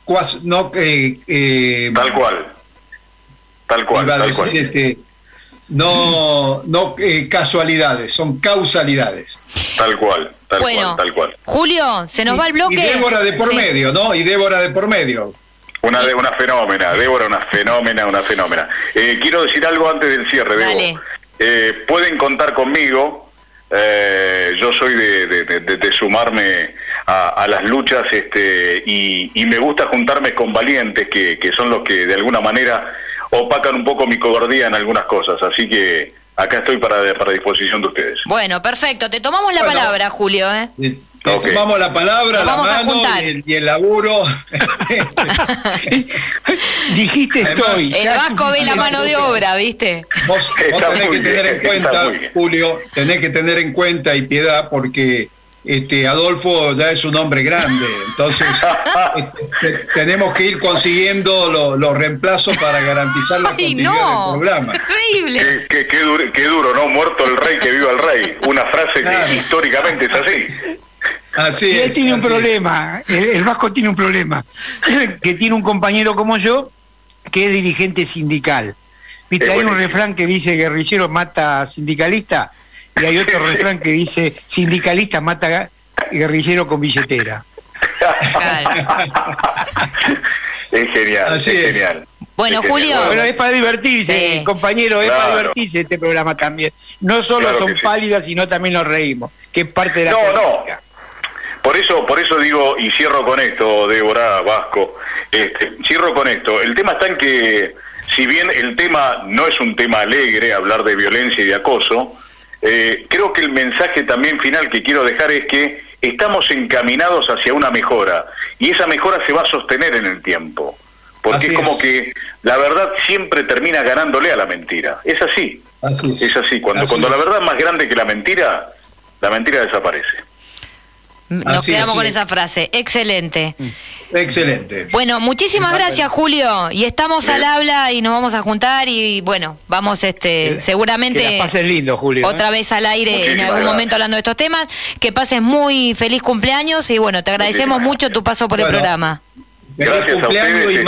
Tal cual. No casualidades, son causalidades. Tal cual. Julio, se nos va el bloque. Y Débora de por medio, ¿no? Una fenómena, Débora, una fenómena. Quiero decir algo antes del cierre, Debo. Pueden contar conmigo. Yo soy de sumarme a las luchas, y me gusta juntarme con valientes que son los que de alguna manera opacan un poco mi cobardía en algunas cosas, así que acá estoy para disposición de ustedes. Bueno, perfecto, te tomamos la palabra, Julio. Tomamos la palabra, la mano y el laburo. Dijiste estoy. El Vasco ve la mano de obra, ¿viste? Vos tenés que tener en cuenta, Julio, tenés que tener en cuenta y piedad, porque Adolfo ya es un hombre grande, entonces tenemos que ir consiguiendo los reemplazos para garantizar la continuidad del programa. Increíble. Qué duro, ¿no? Muerto el rey, que viva el rey. Una frase que históricamente es así. Así y él es, tiene un así problema, el Vasco tiene un problema, que tiene un compañero como yo, que es dirigente sindical. ¿Viste? Hay un refrán que dice guerrillero mata sindicalista, y hay otro refrán que dice sindicalista mata guerrillero con billetera. Es genial, Así es es. genial. Bueno, Es Julio. genial. Bueno, es para divertirse, Sí. compañero, es Claro. para divertirse este programa también. No solo Claro son que sí. pálidas, sino también nos reímos, que es parte de la No, política. Por eso digo, y cierro con esto, Débora, Vasco, cierro con esto. El tema está en que, si bien el tema no es un tema alegre, hablar de violencia y de acoso, creo que el mensaje también final que quiero dejar es que estamos encaminados hacia una mejora, y esa mejora se va a sostener en el tiempo, porque Así es como es. que la verdad siempre termina ganándole a la mentira. Es así, Así es. es así. Cuando Así la es. verdad es más grande que la mentira desaparece. Nos Así quedamos es, con sí. esa frase. Excelente. Excelente. Bueno, muchísimas gracias, Julio. Y estamos al habla y nos vamos a juntar y bueno, vamos seguramente Que la pases lindo, Julio. otra vez al aire en Muchísimas algún gracias. momento hablando de estos temas. Que pases muy feliz cumpleaños y bueno, te agradecemos Muchísimas mucho tu paso por el Bueno. programa. Feliz Gracias a cumpleaños ustedes,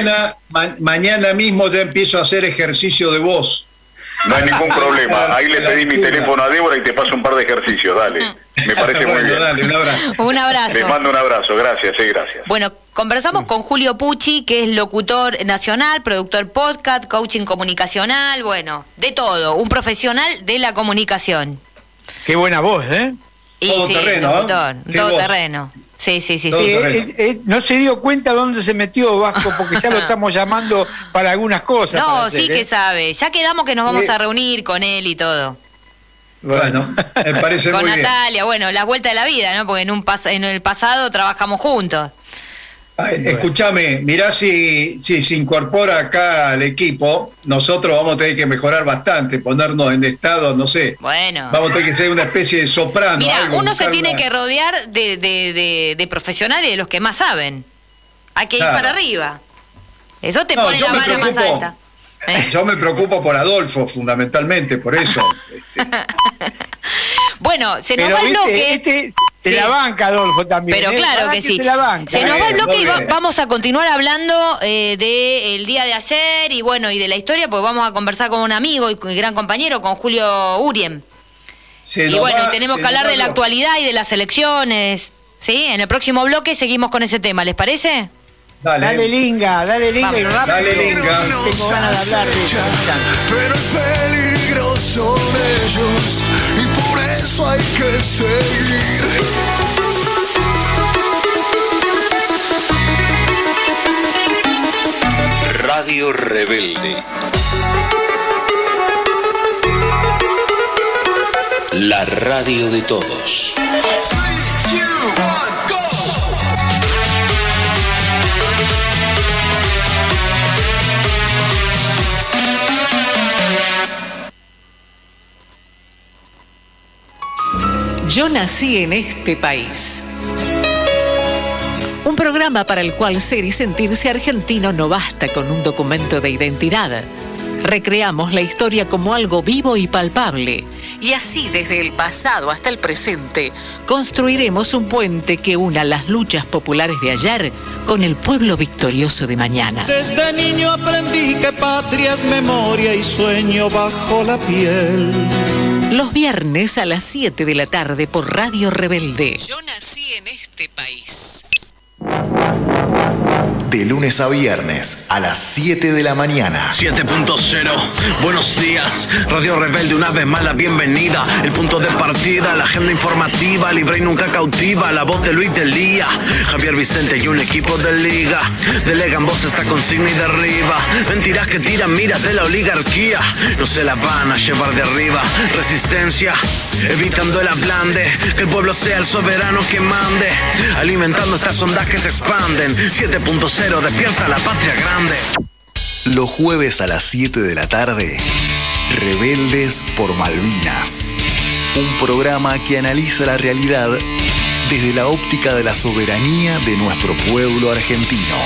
y mañana mismo ya empiezo a hacer ejercicio de voz. No hay ningún problema. Ahí le pedí mi teléfono a Débora y te paso un par de ejercicios. Dale. Me parece muy Bueno, bien. dale, un abrazo. Un Les abrazo. mando un abrazo. Gracias, gracias. Bueno, conversamos con Julio Pucci, que es locutor nacional, productor podcast, coaching comunicacional, bueno, de todo, un profesional de la comunicación. Qué buena voz, ¿eh? Y Todo sí, terreno, locutor, ¿eh? Qué todo voz. terreno. Sí, sí, sí, Todo sí. terreno. No se dio cuenta dónde se metió Vasco, porque ya lo estamos llamando para algunas cosas. No, para sí hacer, que sabe. Ya quedamos que nos vamos Sí. a reunir con él y todo. Bueno, me parece Con muy bien. Natalia, bueno, las vueltas de la vida, ¿no? Porque en el pasado trabajamos juntos. Ay, escúchame, mirá si se incorpora acá al equipo, nosotros vamos a tener que mejorar bastante, ponernos en estado, no sé. Bueno. Vamos a tener que ser una especie de soprano. Mira, algo, uno se buscar tiene una- que rodear de profesionales, de los que más saben. Hay que ir Claro. para arriba. Eso te No, pone yo la me vara más preocupo. alta. Yo me preocupo por Adolfo, fundamentalmente, por eso. Bueno, se nos Pero va el viste, bloque. se Sí. la banca Adolfo también. Pero claro Para que sí. Se la banca. Se nos va el bien, bloque muy y bien. vamos a continuar hablando del día de ayer y bueno, y de la historia, pues vamos a conversar con un amigo y gran compañero, con Julio Urien. Se Y nos bueno, va- tenemos se que hablar nos va de la el bloque. actualidad y de las elecciones. ¿Sí? En el próximo bloque seguimos con ese tema, ¿les parece? Dale linga y rápido. Dale, linga. Tengo ganas de hablar de eso. Pero el peligro son ellos y por eso hay que seguir. Radio Rebelde. La radio de todos. Yo nací en este país. Un programa para el cual ser y sentirse argentino no basta con un documento de identidad. Recreamos la historia como algo vivo y palpable. Y así, desde el pasado hasta el presente, construiremos un puente que una las luchas populares de ayer con el pueblo victorioso de mañana. Desde niño aprendí que patria es memoria y sueño bajo la piel. Los viernes a las 7 de la tarde por Radio Rebelde. Yo nací en este país. De lunes a viernes a las 7 de la mañana. 7.0, buenos días, Radio Rebelde, una vez más la bienvenida, el punto de partida, la agenda informativa, libre y nunca cautiva, la voz de Luis Delía, Javier Vicente y un equipo de liga, delegan voz esta consigna y derriba, mentiras que tiran miras de la oligarquía, no se la van a llevar de arriba, resistencia, evitando el ablande, que el pueblo sea el soberano que mande, alimentando estas ondas que se expanden, 7.0, despierta la patria grande. Los jueves a las 7 de la tarde, Rebeldes por Malvinas. Un programa que analiza la realidad desde la óptica de la soberanía de nuestro pueblo argentino.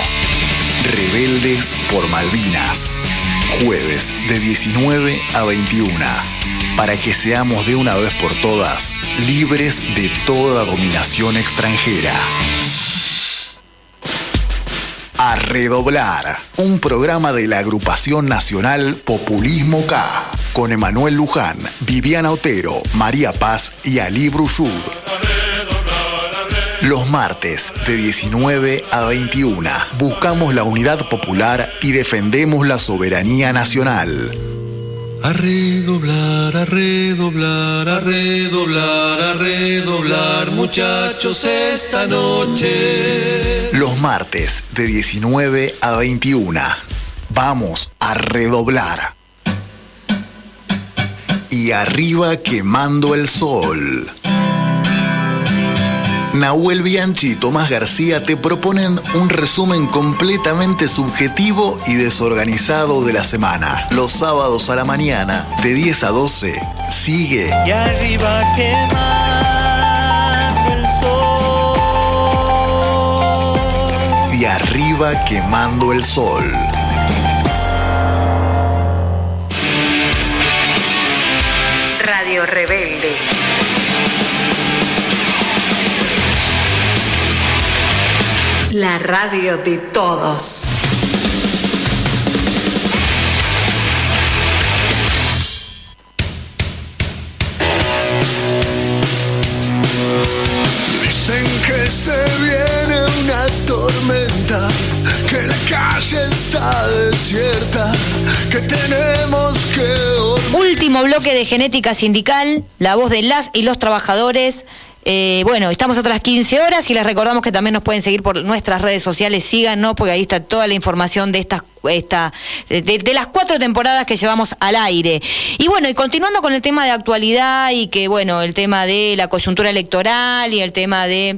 Rebeldes por Malvinas. Jueves de 19 a 21. para que seamos de una vez por todas libres de toda dominación extranjera. A Redoblar, un programa de la agrupación nacional Populismo K, con Emanuel Luján, Viviana Otero, María Paz y Ali Brusud. Los martes de 19 a 21 buscamos la unidad popular y defendemos la soberanía nacional. A redoblar, a redoblar, a redoblar, a redoblar, muchachos, esta noche. Los martes de 19 a 21. Vamos a redoblar. Y arriba quemando el sol. Nahuel Bianchi y Tomás García te proponen un resumen completamente subjetivo y desorganizado de la semana. Los sábados a la mañana, de 10 a 12, sigue. Y arriba quemando el sol. Y arriba quemando el sol. Radio Rebelde. La radio de todos. Dicen que se viene una tormenta, que la calle está desierta, que tenemos que... Último bloque de Genética Sindical, la voz de las y los trabajadores. Bueno, estamos hasta las 15 horas y les recordamos que también nos pueden seguir por nuestras redes sociales, síganos porque ahí está toda la información de de las 4 temporadas que llevamos al aire. Y bueno, y continuando con el tema de actualidad y que bueno, el tema de la coyuntura electoral y el tema de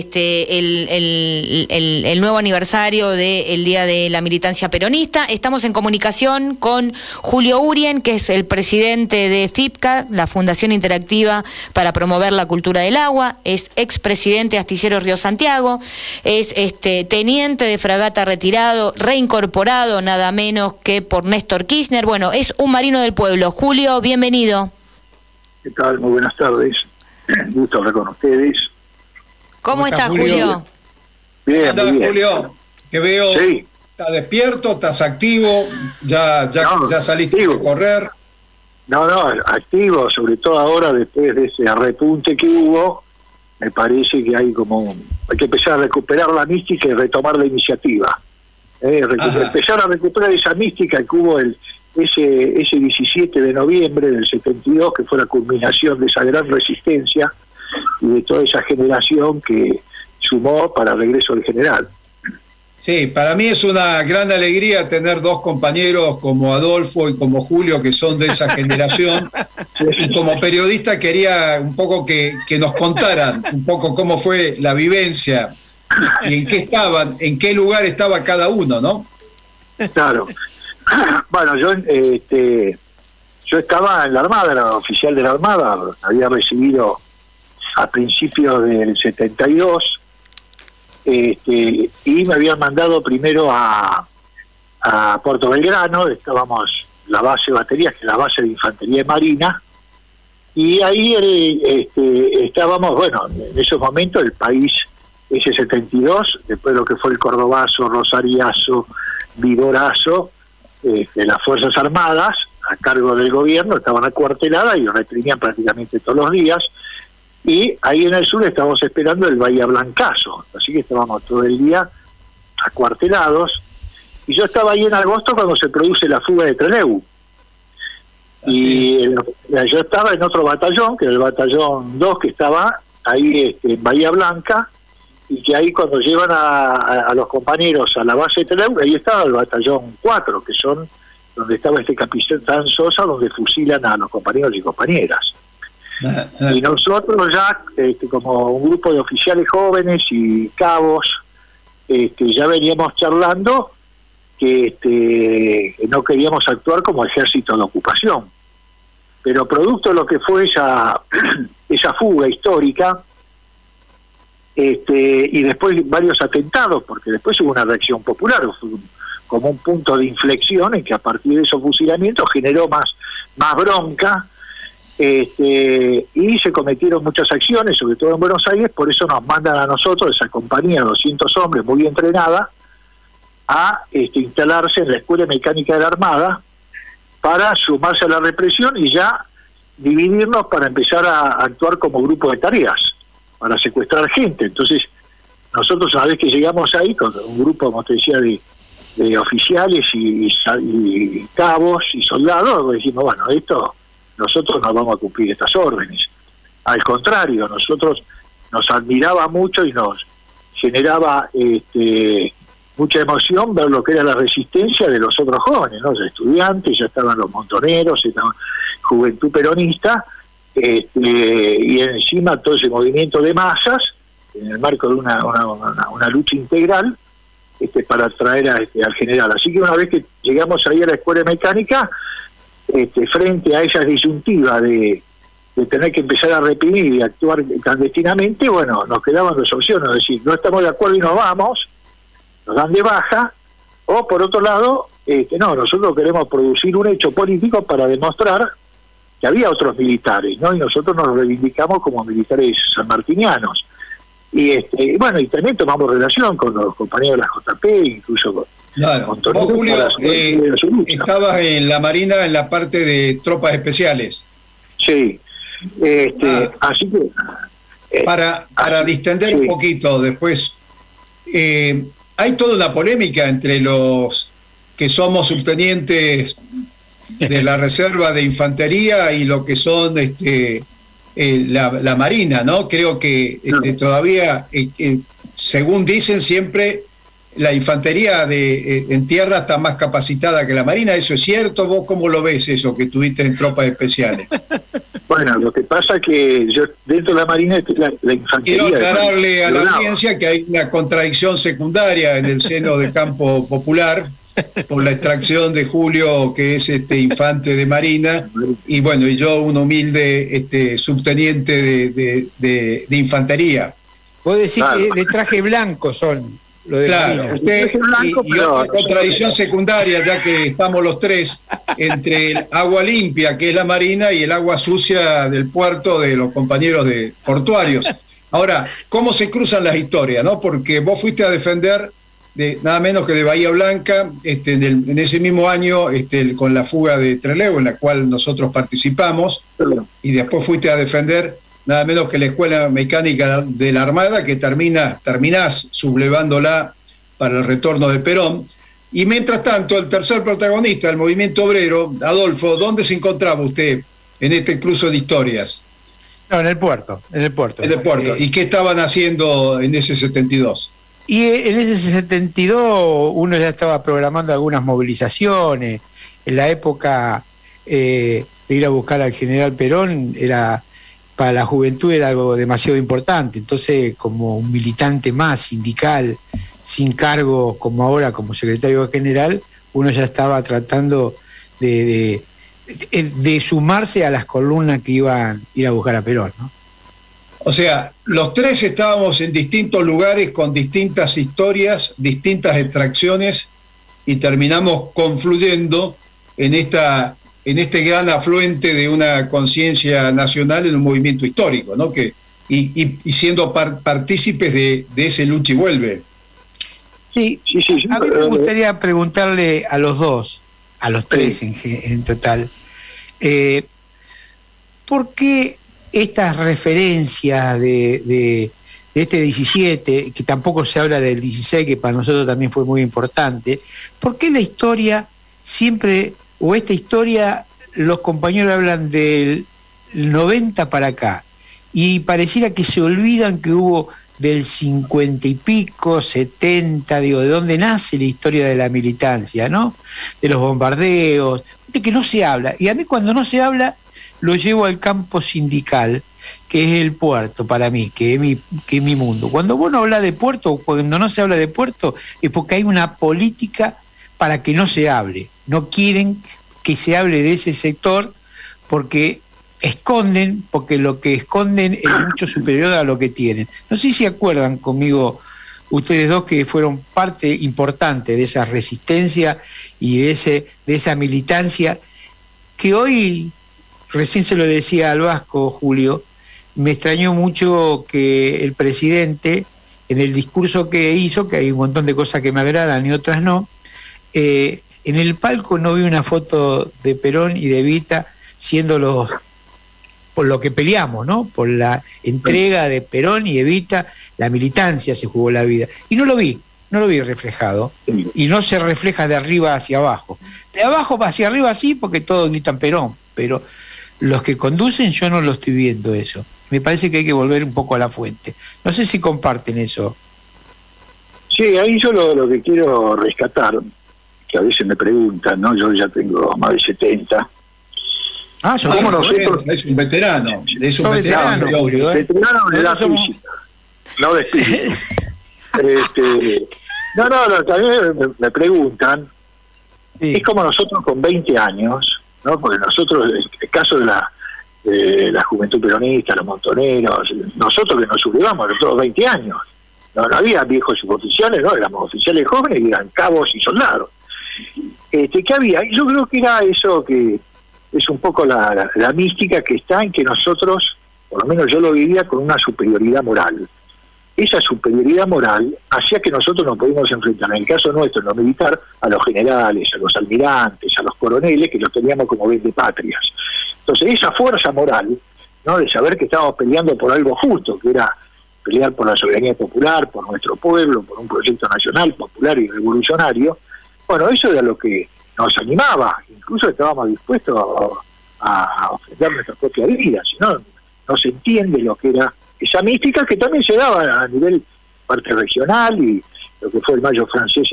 el nuevo aniversario del Día de la Militancia Peronista, estamos en comunicación con Julio Urien, que es el presidente de FIPCA, la Fundación Interactiva para Promover la Cultura del Agua, es expresidente de Astillero Río Santiago, es teniente de fragata retirado, reincorporado nada menos que por Néstor Kirchner. Bueno, es un marino del pueblo. Julio, bienvenido. ¿Qué tal? Muy buenas tardes. Gusto hablar con ustedes. ¿Cómo estás, Julio? Bien, muy bien. Julio, que veo, sí. ¿Estás despierto? ¿Estás activo? ¿Ya saliste a correr? No, activo, sobre todo ahora después de ese repunte que hubo, me parece que hay que empezar a recuperar la mística y retomar la iniciativa. Empezar a recuperar esa mística que hubo ese 17 de noviembre del 72, que fue la culminación de esa gran resistencia y de toda esa generación que sumó para el regreso del general. Sí, para mí es una gran alegría tener dos compañeros como Adolfo y como Julio, que son de esa generación. Y como periodista quería un poco que nos contaran un poco cómo fue la vivencia y en qué lugar estaba cada uno, ¿no? Claro. Bueno, yo estaba en la Armada, era oficial de la Armada, había recibido a principios del 72, y me habían mandado primero a Puerto Belgrano, estábamos la base de baterías, que es la base de infantería marina, y ahí estábamos, bueno, en esos momentos el país, ese 72, después de lo que fue el Cordobazo, Rosariazo, Vigorazo, las Fuerzas Armadas, a cargo del gobierno, estaban acuarteladas y reprimían prácticamente todos los días, y ahí en el sur estábamos esperando el Bahía Blancazo, así que estábamos todo el día acuartelados, y yo estaba ahí en agosto cuando se produce la fuga de Trelew, y yo estaba en otro batallón, que era el batallón 2, que estaba ahí en Bahía Blanca, y que ahí cuando llevan a los compañeros a la base de Trelew, ahí estaba el batallón 4, que son donde estaba este capitán Sosa, donde fusilan a los compañeros y compañeras. Y nosotros ya, como un grupo de oficiales jóvenes y cabos, ya veníamos charlando que no queríamos actuar como ejército de ocupación. Pero producto de lo que fue esa fuga histórica, y después varios atentados, porque después hubo una reacción popular, fue como un punto de inflexión en que a partir de esos fusilamientos generó más bronca, Y se cometieron muchas acciones, sobre todo en Buenos Aires, por eso nos mandan a nosotros, esa compañía, 200 hombres muy entrenada, a instalarse en la Escuela Mecánica de la Armada para sumarse a la represión y ya dividirnos para empezar a actuar como grupo de tareas, para secuestrar gente. Entonces, nosotros una vez que llegamos ahí, con un grupo, como te decía, de oficiales y cabos y soldados, dijimos, bueno, nosotros no vamos a cumplir estas órdenes. Al contrario, nosotros nos admiraba mucho y nos generaba mucha emoción ver lo que era la resistencia de los otros jóvenes, ¿no? Los estudiantes, ya estaban los montoneros, estaban Juventud Peronista, y encima todo ese movimiento de masas, en el marco de una lucha integral, para traer al general. Así que una vez que llegamos ahí a la Escuela Mecánica, frente a esa disyuntiva de tener que empezar a reprimir y actuar clandestinamente, bueno, nos quedaban dos opciones, es decir, no estamos de acuerdo y nos vamos, nos dan de baja, o por otro lado, no, nosotros queremos producir un hecho político para demostrar que había otros militares, ¿no? Y nosotros nos reivindicamos como militares sanmartinianos. Y bueno, y también tomamos relación con los compañeros de la JP, incluso con... Claro. Vos, Julio, estabas en la Marina en la parte de tropas especiales. Sí. Así que... para distender un poquito después, hay toda una polémica entre los que somos subtenientes de la Reserva de Infantería y lo que son la Marina, ¿no? Creo que todavía, según dicen siempre, la infantería en tierra está más capacitada que la Marina. ¿Eso es cierto? ¿Vos cómo lo ves eso que tuviste en tropas especiales? Bueno, lo que pasa es que yo dentro de la Marina la infantería... Quiero aclararle a la audiencia que hay una contradicción secundaria en el seno del campo popular por la extracción de Julio, que es infante de Marina, y bueno, y yo un humilde subteniente de infantería. Vos decís que de traje blanco son lo de claro, Marina. Usted y otra contradicción secundaria, ya que estamos los tres, entre el agua limpia, que es la Marina, y el agua sucia del puerto de los compañeros de portuarios. Ahora, ¿cómo se cruzan las historias, no? Porque vos fuiste a defender nada menos que de Bahía Blanca, en ese mismo año, con la fuga de Trelew, en la cual nosotros participamos, y después fuiste a defender nada menos que la Escuela Mecánica de la Armada, que terminás sublevándola para el retorno de Perón. Y mientras tanto, el tercer protagonista del movimiento obrero, Adolfo, ¿dónde se encontraba usted en este cruce de historias? No, en el puerto. En el puerto. ¿Y qué estaban haciendo en ese 72? Y en ese 72 uno ya estaba programando algunas movilizaciones. En la época de ir a buscar al general Perón, para la juventud era algo demasiado importante. Entonces, como un militante más sindical, sin cargo como ahora como secretario general, uno ya estaba tratando de sumarse a las columnas que iban a ir a buscar a Perón, ¿no? O sea, los tres estábamos en distintos lugares con distintas historias, distintas extracciones, y terminamos confluyendo en este gran afluente de una conciencia nacional en un movimiento histórico, ¿no? Y siendo partícipes de ese lucha y vuelve. Sí. A mí me gustaría preguntarle a los dos, a los tres en total, ¿por qué estas referencias de este 17, que tampoco se habla del 16, que para nosotros también fue muy importante? ¿Por qué la historia siempre, o esta historia, los compañeros hablan del 90 para acá, y pareciera que se olvidan que hubo del 50 y pico, 70, digo, de dónde nace la historia de la militancia, ¿no? De los bombardeos, de que no se habla. Y a mí cuando no se habla, lo llevo al campo sindical, que es el puerto para mí, que es mi mundo. Cuando vos no hablas de puerto, o cuando no se habla de puerto, es porque hay una política para que no se hable. No quieren que se hable de ese sector porque esconden, porque lo que esconden es mucho superior a lo que tienen. No sé si se acuerdan conmigo ustedes dos, que fueron parte importante de esa resistencia y de esa militancia, que hoy recién se lo decía al Vasco, Julio, me extrañó mucho que el presidente, en el discurso que hizo, que hay un montón de cosas que me agradan y otras no, en el palco no vi una foto de Perón y de Evita siendo por lo que peleamos, ¿no? Por la entrega de Perón y Evita, la militancia se jugó la vida. Y no lo vi reflejado. Y no se refleja de arriba hacia abajo. De abajo hacia arriba sí, porque todos gritan Perón, pero los que conducen yo no lo estoy viendo eso. Me parece que hay que volver un poco a la fuente. No sé si comparten eso. Sí, ahí yo lo que quiero rescatar, que a veces me preguntan, ¿no? Yo ya tengo más de 70. ¿Cómo nosotros? Es un veterano. Es un veterano, Julio, veterano de la física, no de espíritu. No, también me preguntan, sí. Es como nosotros con 20 años, ¿no? Porque nosotros, el caso de la juventud peronista, los montoneros, nosotros que nos sublevamos a todos 20 años, no había viejos suboficiales, no, éramos oficiales jóvenes y eran cabos y soldados. ¿Qué había? Yo creo que era eso, que es un poco la mística que está en que nosotros, por lo menos yo lo vivía con una superioridad moral. Esa superioridad moral hacía que nosotros nos podíamos enfrentar, en el caso nuestro, en lo militar, a los generales, a los almirantes, a los coroneles, que los teníamos como vendepatrias. Entonces, esa fuerza moral, ¿no? De saber que estábamos peleando por algo justo, que era pelear por la soberanía popular, por nuestro pueblo, por un proyecto nacional, popular y revolucionario, bueno, eso era lo que nos animaba, incluso estábamos dispuestos a ofrecer nuestra propia vida, si no se entiende lo que era esa mística, que también se daba a nivel parte regional y lo que fue el Mayo francés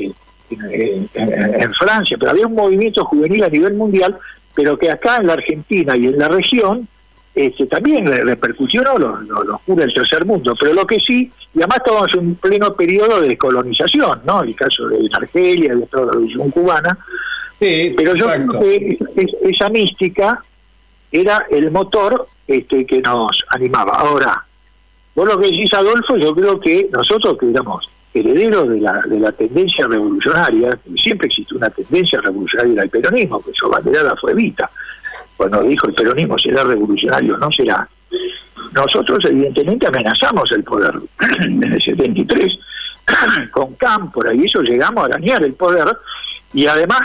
en Francia, pero había un movimiento juvenil a nivel mundial, pero que acá en la Argentina y en la región también repercutió, ¿no? Lo jura el tercer mundo, pero lo que sí, y además estábamos en un pleno periodo de descolonización, ¿no? El caso de Argelia y de toda la revolución cubana, sí, pero yo creo que esa mística era el motor que nos animaba. Ahora, vos lo que decís, Adolfo, yo creo que nosotros que éramos herederos de la tendencia revolucionaria, siempre existió una tendencia revolucionaria del peronismo, que su banderada fue Evita, cuando dijo el peronismo será revolucionario, no será. Nosotros evidentemente amenazamos el poder en el 73, con Cámpora y eso llegamos a arañar el poder, y además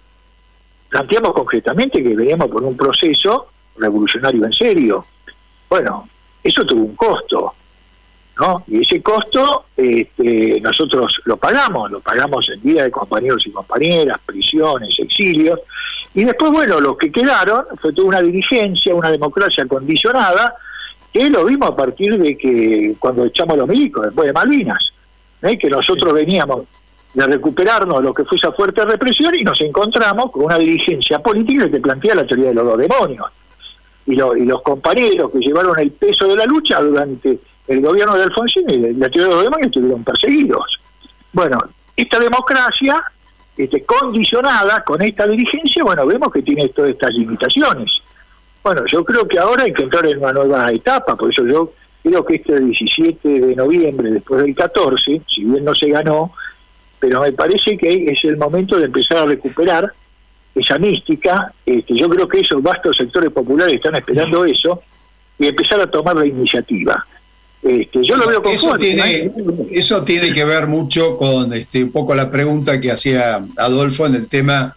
planteamos concretamente que veníamos por un proceso revolucionario en serio. Bueno, eso tuvo un costo, ¿no? Y ese costo nosotros lo pagamos en vida de compañeros y compañeras, prisiones, exilios, y después, bueno, los que quedaron fue toda una dirigencia, una democracia condicionada, que lo vimos a partir de que cuando echamos los milicos, después de Malvinas, que nosotros veníamos de recuperarnos lo que fue esa fuerte represión y nos encontramos con una dirigencia política que plantea la teoría de los dos demonios. Y los compañeros que llevaron el peso de la lucha durante el gobierno de Alfonsín y la teoría de los demonios estuvieron perseguidos. Bueno, esta democracia condicionada con esta dirigencia, bueno, vemos que tiene todas estas limitaciones. Bueno, yo creo que ahora hay que entrar en una nueva etapa, por eso yo creo que este 17 de noviembre, después del 14, si bien no se ganó, pero me parece que es el momento de empezar a recuperar esa mística. Yo creo que esos vastos sectores populares están esperando eso y empezar a tomar la iniciativa. Yo lo veo con eso tiene que ver mucho con un poco la pregunta que hacía Adolfo en el tema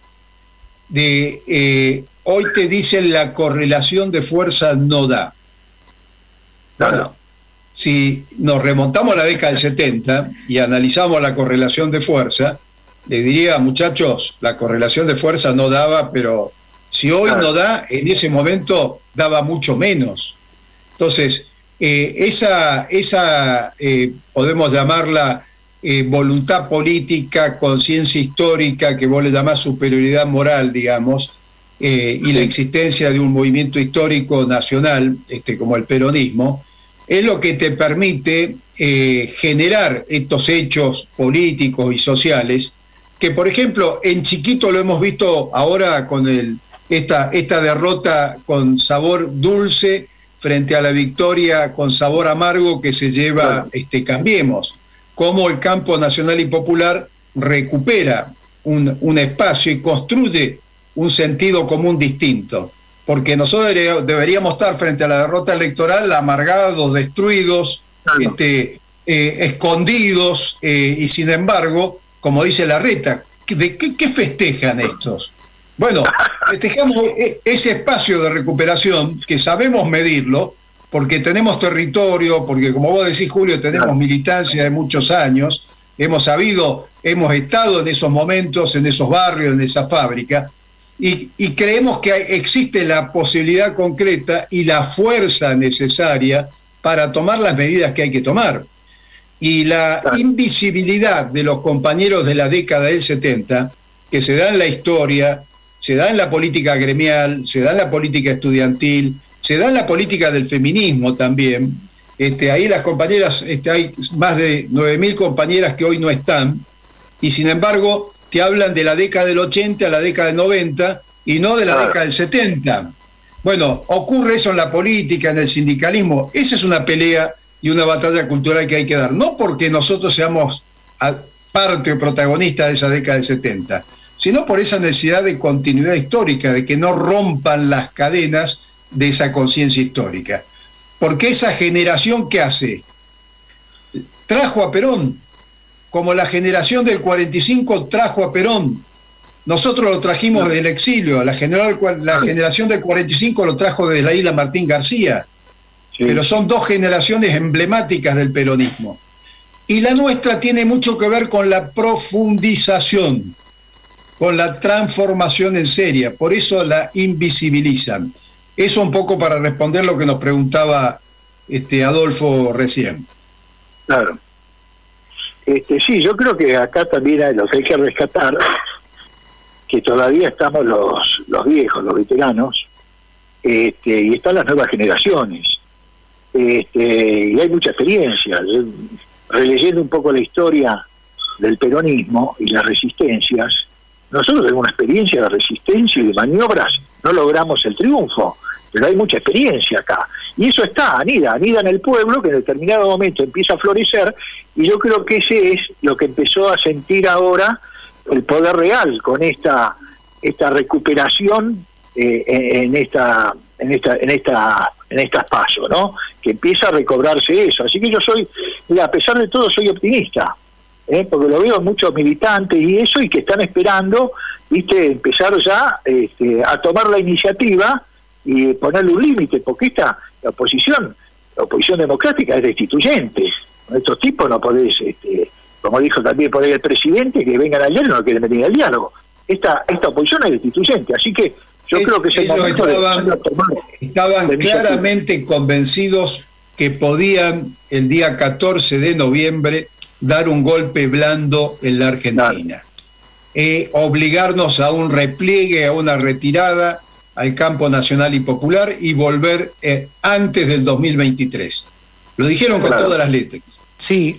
de hoy te dicen la correlación de fuerza no da. Bueno, si nos remontamos a la década del 70 y analizamos la correlación de fuerza, le diría, muchachos, la correlación de fuerza no daba, pero si hoy no da, en ese momento daba mucho menos. Entonces, esa podemos llamarla voluntad política, conciencia histórica, que vos le llamás superioridad moral, digamos, y la existencia de un movimiento histórico nacional, como el peronismo, es lo que te permite generar estos hechos políticos y sociales, que por ejemplo en chiquito lo hemos visto ahora con esta derrota con sabor dulce frente a la victoria con sabor amargo que se lleva Cambiemos, cómo el campo nacional y popular recupera un espacio y construye un sentido común distinto. porque nosotros deberíamos estar frente a la derrota electoral amargados, destruidos, escondidos, y sin embargo, como dice Larreta, ¿de qué festejan estos? Bueno, festejamos ese espacio de recuperación que sabemos medirlo, porque tenemos territorio, porque como vos decís, Julio, tenemos militancia de muchos años, hemos estado en esos momentos, en esos barrios, en esa fábrica, y creemos que existe la posibilidad concreta y la fuerza necesaria para tomar las medidas que hay que tomar. Y la invisibilidad de los compañeros de la década del 70, que se da en la historia, se da en la política gremial, se da en la política estudiantil, se da en la política del feminismo también. Ahí las compañeras, hay más de 9.000 compañeras que hoy no están, y sin embargo te hablan de la década del 80 a la década del 90 y no de la década del 70. Bueno, ocurre eso en la política, en el sindicalismo. Esa es una pelea y una batalla cultural que hay que dar, no porque nosotros seamos parte o protagonista de esa década del 70, sino por esa necesidad de continuidad histórica, de que no rompan las cadenas de esa conciencia histórica. Porque esa generación que hace, trajo a Perón, como la generación del 45 trajo a Perón. Nosotros lo trajimos del exilio, la generación del 45 lo trajo desde la isla Martín García. Sí. Pero son dos generaciones emblemáticas del peronismo. Y la nuestra tiene mucho que ver con la profundización, con la transformación en seria, por eso la invisibilizan. Eso un poco para responder lo que nos preguntaba Adolfo recién. Claro. Sí, yo creo que acá también hay lo que hay que rescatar, que todavía estamos los viejos, los veteranos, y están las nuevas generaciones. Y hay mucha experiencia. Releyendo un poco la historia del peronismo y las resistencias, nosotros tenemos una experiencia de resistencia y de maniobras, no logramos el triunfo, pero hay mucha experiencia acá. Y eso anida en el pueblo, que en determinado momento empieza a florecer, y yo creo que ese es lo que empezó a sentir ahora el poder real, con esta recuperación en estas pasos, ¿no? Que empieza a recobrarse eso. Así que yo a pesar de todo, soy optimista, porque lo veo en muchos militantes y eso, y que están esperando, empezar ya a tomar la iniciativa y ponerle un límite, porque la oposición democrática es destituyente. Con estos tipos no podés, como dijo también por ahí el presidente, que vengan al diálogo, no quieren venir al diálogo. Esta oposición es destituyente, así que yo creo que es el momento estaban claramente convencidos que podían el día 14 de noviembre dar un golpe blando en la Argentina, obligarnos a un repliegue, a una retirada al campo nacional y popular y volver antes del 2023. Lo dijeron con todas las letras. Sí,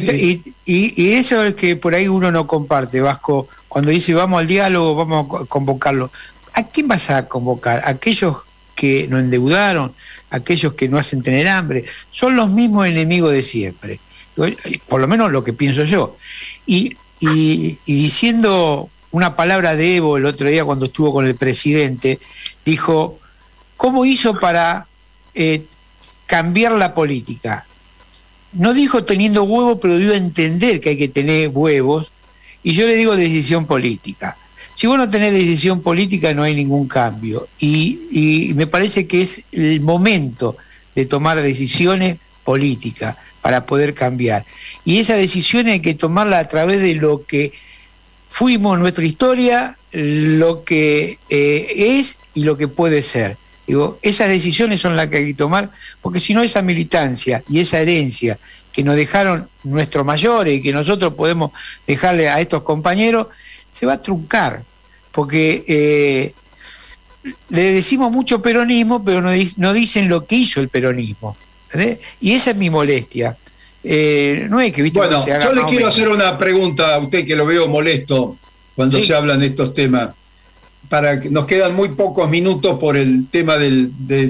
y eso es que por ahí uno no comparte, Vasco, cuando dice vamos al diálogo, vamos a convocarlo. ¿A quién vas a convocar? ¿Aquellos que nos endeudaron? ¿Aquellos que no hacen tener hambre? Son los mismos enemigos de siempre, por lo menos lo que pienso yo. Y diciendo una palabra de Evo el otro día cuando estuvo con el presidente, dijo, ¿cómo hizo para cambiar la política? No dijo teniendo huevos, pero dio a entender que hay que tener huevos, y yo le digo decisión política. Si vos no tenés decisión política, no hay ningún cambio. Y me parece que es el momento de tomar decisiones políticas para poder cambiar. Y esa decisión hay que tomarla a través de lo que fuimos, nuestra historia, lo que es y lo que puede ser. Digo, esas decisiones son las que hay que tomar, porque si no, esa militancia y esa herencia que nos dejaron nuestros mayores y que nosotros podemos dejarle a estos compañeros, se va a truncar, porque le decimos mucho peronismo, pero no dicen lo que hizo el peronismo, ¿entendés? Y esa es mi molestia. No es que, ¿viste? Bueno, yo le quiero hacer una pregunta a usted, que lo veo molesto cuando se hablan de estos temas, para que nos quedan muy pocos minutos por el tema de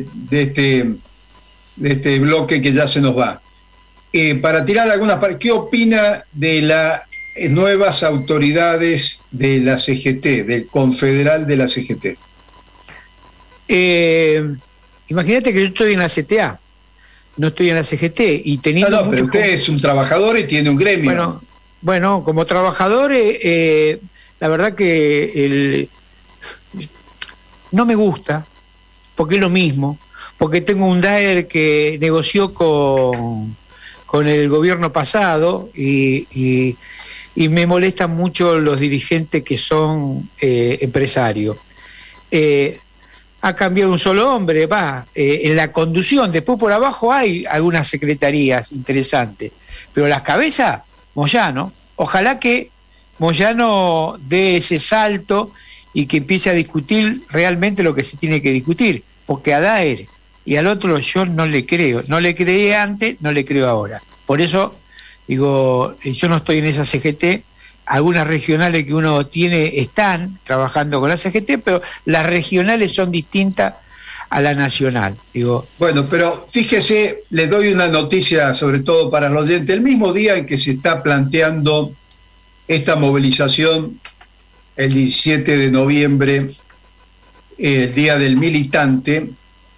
este bloque que ya se nos va. Para tirar algunas, ¿qué opina de las nuevas autoridades de la CGT, del confederal de la CGT? Imagínate que yo estoy en la CTA, no estoy en la CGT, y teniendo... No, pero usted es un trabajador y tiene un gremio. Bueno, como trabajador, la verdad que no me gusta, porque es lo mismo, porque tengo un DAER que negoció con el gobierno pasado y me molestan mucho los dirigentes que son empresarios. Ha cambiado un solo hombre, en la conducción, después por abajo hay algunas secretarías interesantes, pero las cabezas, Moyano. Ojalá que Moyano dé ese salto y que empiece a discutir realmente lo que se tiene que discutir, porque a Daer y al otro yo no le creo, no le creí antes, no le creo ahora. Por eso digo, yo no estoy en esa CGT. Algunas regionales que uno tiene están trabajando con la CGT, pero las regionales son distintas a la nacional. Bueno, pero fíjese, le doy una noticia sobre todo para los oyentes. El mismo día en que se está planteando esta movilización, el 17 de noviembre, el Día del Militante,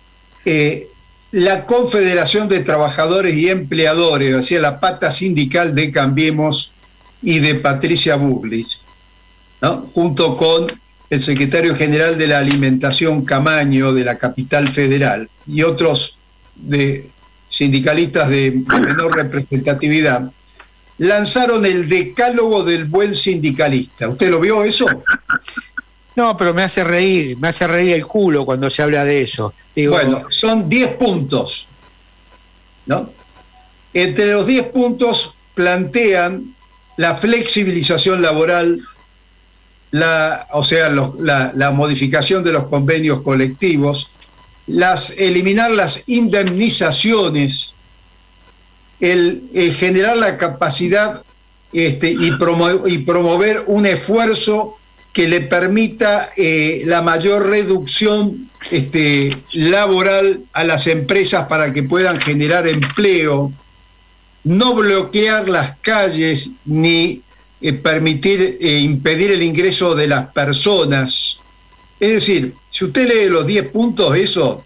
la Confederación de Trabajadores y Empleadores, o sea, la pata sindical de Cambiemos y de Patricia Bullrich, ¿no?, junto con el secretario general de la Alimentación Camaño de la capital federal y otros de sindicalistas de menor representatividad, lanzaron el decálogo del buen sindicalista. ¿Usted lo vio eso? No, pero me hace reír el culo cuando se habla de eso. Bueno, son 10 puntos, ¿no? Entre los 10 puntos plantean la flexibilización laboral, la modificación de los convenios colectivos, eliminar las indemnizaciones, el generar la capacidad y promover un esfuerzo que le permita la mayor reducción laboral a las empresas para que puedan generar empleo, no bloquear las calles ni impedir el ingreso de las personas. Es decir, si usted lee los 10 puntos, eso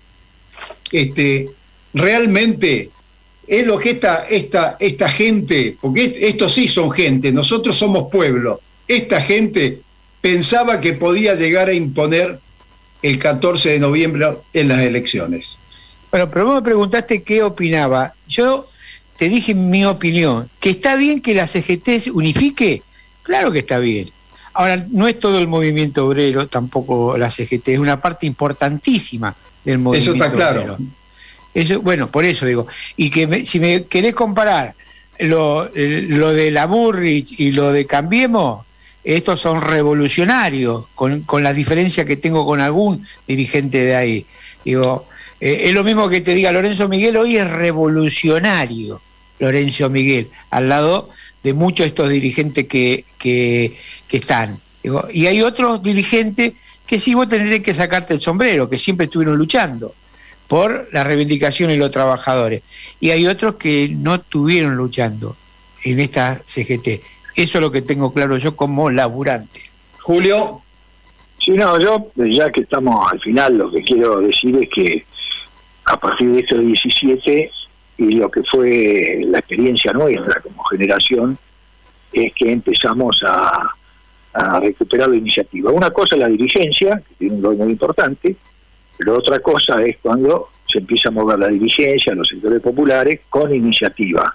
realmente es lo que esta gente, porque estos sí son gente, nosotros somos pueblo, esta gente pensaba que podía llegar a imponer el 14 de noviembre en las elecciones. Bueno, pero vos me preguntaste qué opinaba. Yo te dije mi opinión, que está bien que la CGT se unifique, claro que está bien. Ahora, no es todo el movimiento obrero, tampoco la CGT, es una parte importantísima del movimiento obrero. Eso está claro. Eso, bueno, por eso digo, y que si me querés comparar lo de la Bullrich y lo de Cambiemos, estos son revolucionarios, con la diferencia que tengo con algún dirigente de ahí. Digo, es lo mismo que te diga Lorenzo Miguel, hoy es revolucionario Lorenzo Miguel, al lado de muchos de estos dirigentes que están. Digo, y hay otros dirigentes que sí vos tenés que sacarte el sombrero, que siempre estuvieron luchando por la reivindicación de los trabajadores. Y hay otros que no estuvieron luchando en esta CGT. Eso es lo que tengo claro yo como laburante. Julio. Sí, no, yo, ya que estamos al final, lo que quiero decir es que a partir de estos 17 y lo que fue la experiencia nuestra como generación, es que empezamos a recuperar la iniciativa. Una cosa es la dirigencia, que tiene un rol muy importante, pero otra cosa es cuando se empieza a mover la dirigencia, los sectores populares, con iniciativa.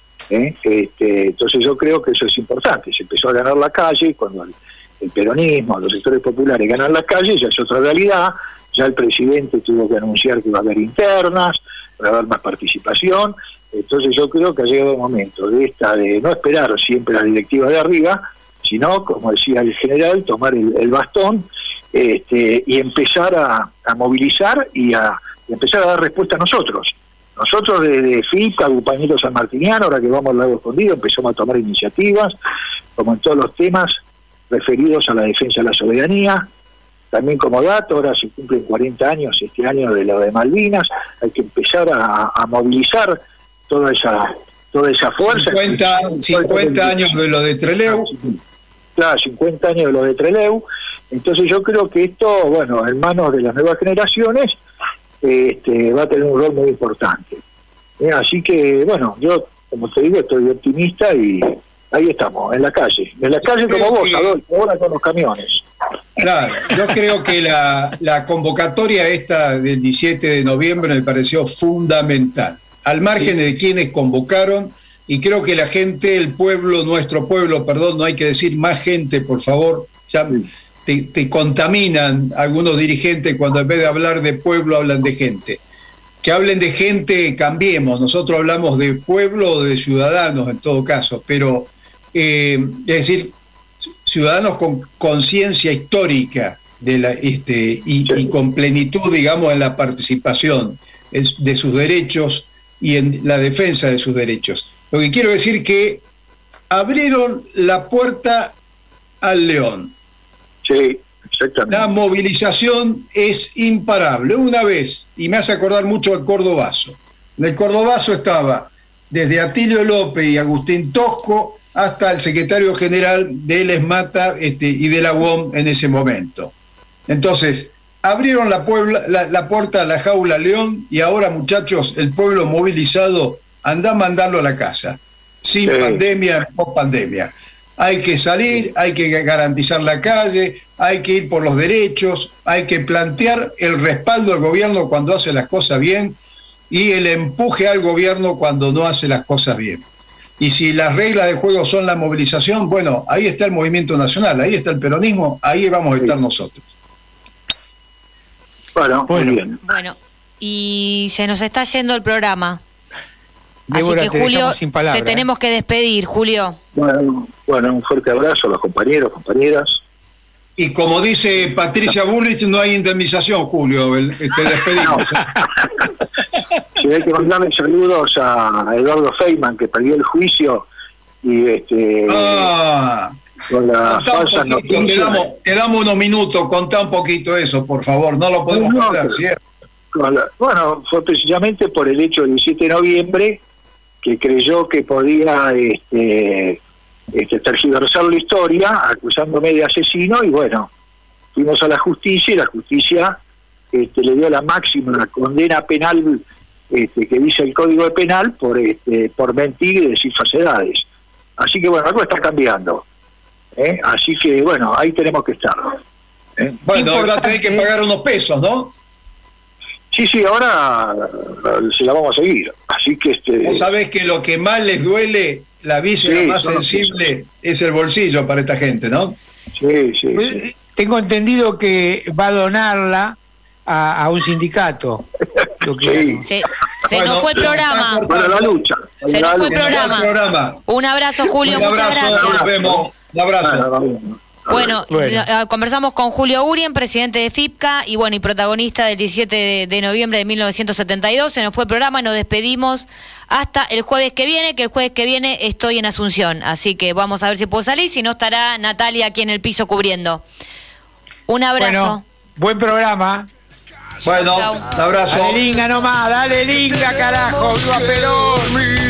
Entonces yo creo que eso es importante. Se empezó a ganar la calle, cuando el peronismo, los sectores populares ganan la calle, ya es otra realidad. Ya el presidente tuvo que anunciar que va a haber internas, va a haber más participación. Entonces yo creo que ha llegado el momento de no esperar siempre la directiva de arriba, sino, como decía el general, tomar el bastón y empezar a movilizar y empezar a dar respuesta a nosotros. Nosotros desde FIP, Compañero San Martiniano, ahora que vamos al Lago Escondido, empezamos a tomar iniciativas, como en todos los temas referidos a la defensa de la soberanía. También como dato, ahora se cumplen 40 años este año de lo de Malvinas, hay que empezar a movilizar toda esa fuerza. 50 años de lo de Trelew. claro, 50 años de lo de Trelew. Entonces yo creo que esto, bueno, en manos de las nuevas generaciones, va a tener un rol muy importante. Así que, bueno, yo, como te digo, estoy optimista y ahí estamos, en la calle como vos, Adolfo, ahora con los camiones. Claro, yo creo que la convocatoria esta del 17 de noviembre me pareció fundamental, al margen de quienes convocaron, y creo que la gente, el pueblo, nuestro pueblo, perdón, no hay que decir más gente, por favor, ya te contaminan algunos dirigentes cuando en vez de hablar de pueblo hablan de gente. Que hablen de gente, cambiemos, nosotros hablamos de pueblo o de ciudadanos en todo caso, pero es decir, ciudadanos con conciencia histórica y con plenitud, digamos, en la participación de sus derechos y en la defensa de sus derechos. Lo que quiero decir que abrieron la puerta al león. Sí, exactamente. La movilización es imparable. Una vez, y me hace acordar mucho al Cordobazo. En el Cordobazo estaba desde Atilio López y Agustín Tosco hasta el secretario general de ESMATA y de la UOM en ese momento. Entonces, abrieron la puerta a la jaula León y ahora, muchachos, el pueblo movilizado anda a mandarlo a la casa, sin pandemia, post pandemia. Hay que salir, hay que garantizar la calle, hay que ir por los derechos, hay que plantear el respaldo al gobierno cuando hace las cosas bien y el empuje al gobierno cuando no hace las cosas bien. Y si las reglas del juego son la movilización, bueno, ahí está el movimiento nacional, ahí está el peronismo, ahí vamos a estar nosotros. Bueno, muy bien. Bueno, y se nos está yendo el programa. Débora, así que, Julio, sin palabra, te tenemos que despedir, Julio. Bueno, un fuerte abrazo a los compañeros, compañeras. Y como dice Patricia Bullrich, no hay indemnización, Julio, te despedimos. Sí, hay que mandarle saludos a Eduardo Feynman, que perdió el juicio y con las falsas noticias. Quedamos unos minutos, contá un poquito eso, por favor, no lo podemos perder, ¿cierto? Bueno, fue precisamente por el hecho del 17 de noviembre que creyó que podía tergiversar la historia acusándome de asesino, y bueno, fuimos a la justicia y la justicia le dio la máxima condena penal que dice el Código Penal por mentir y decir falsedades. Así que bueno, algo está cambiando. Así que bueno, ahí tenemos que estar. Bueno, ahora tenés que pagar unos pesos, ¿no? Sí, ahora se la vamos a seguir. Así que Vos sabés que lo que más les duele, la víscera más sensible, es el bolsillo para esta gente, ¿no? Sí. Tengo entendido que va a donarla a un sindicato. Se nos fue el programa. Para la lucha. Se nos fue el programa. Un abrazo, Julio, muchas gracias. Nos vemos. Un abrazo. Bueno, conversamos con Julio Urien, presidente de FIPCA y protagonista del 17 de noviembre de 1972. Se nos fue el programa y nos despedimos hasta el jueves que viene, que el jueves que viene estoy en Asunción. Así que vamos a ver si puedo salir, si no estará Natalia aquí en el piso cubriendo. Un abrazo. Bueno, buen programa. Bueno, un abrazo. Dale linga nomás, dale linga, carajo. ¡Viva Perón!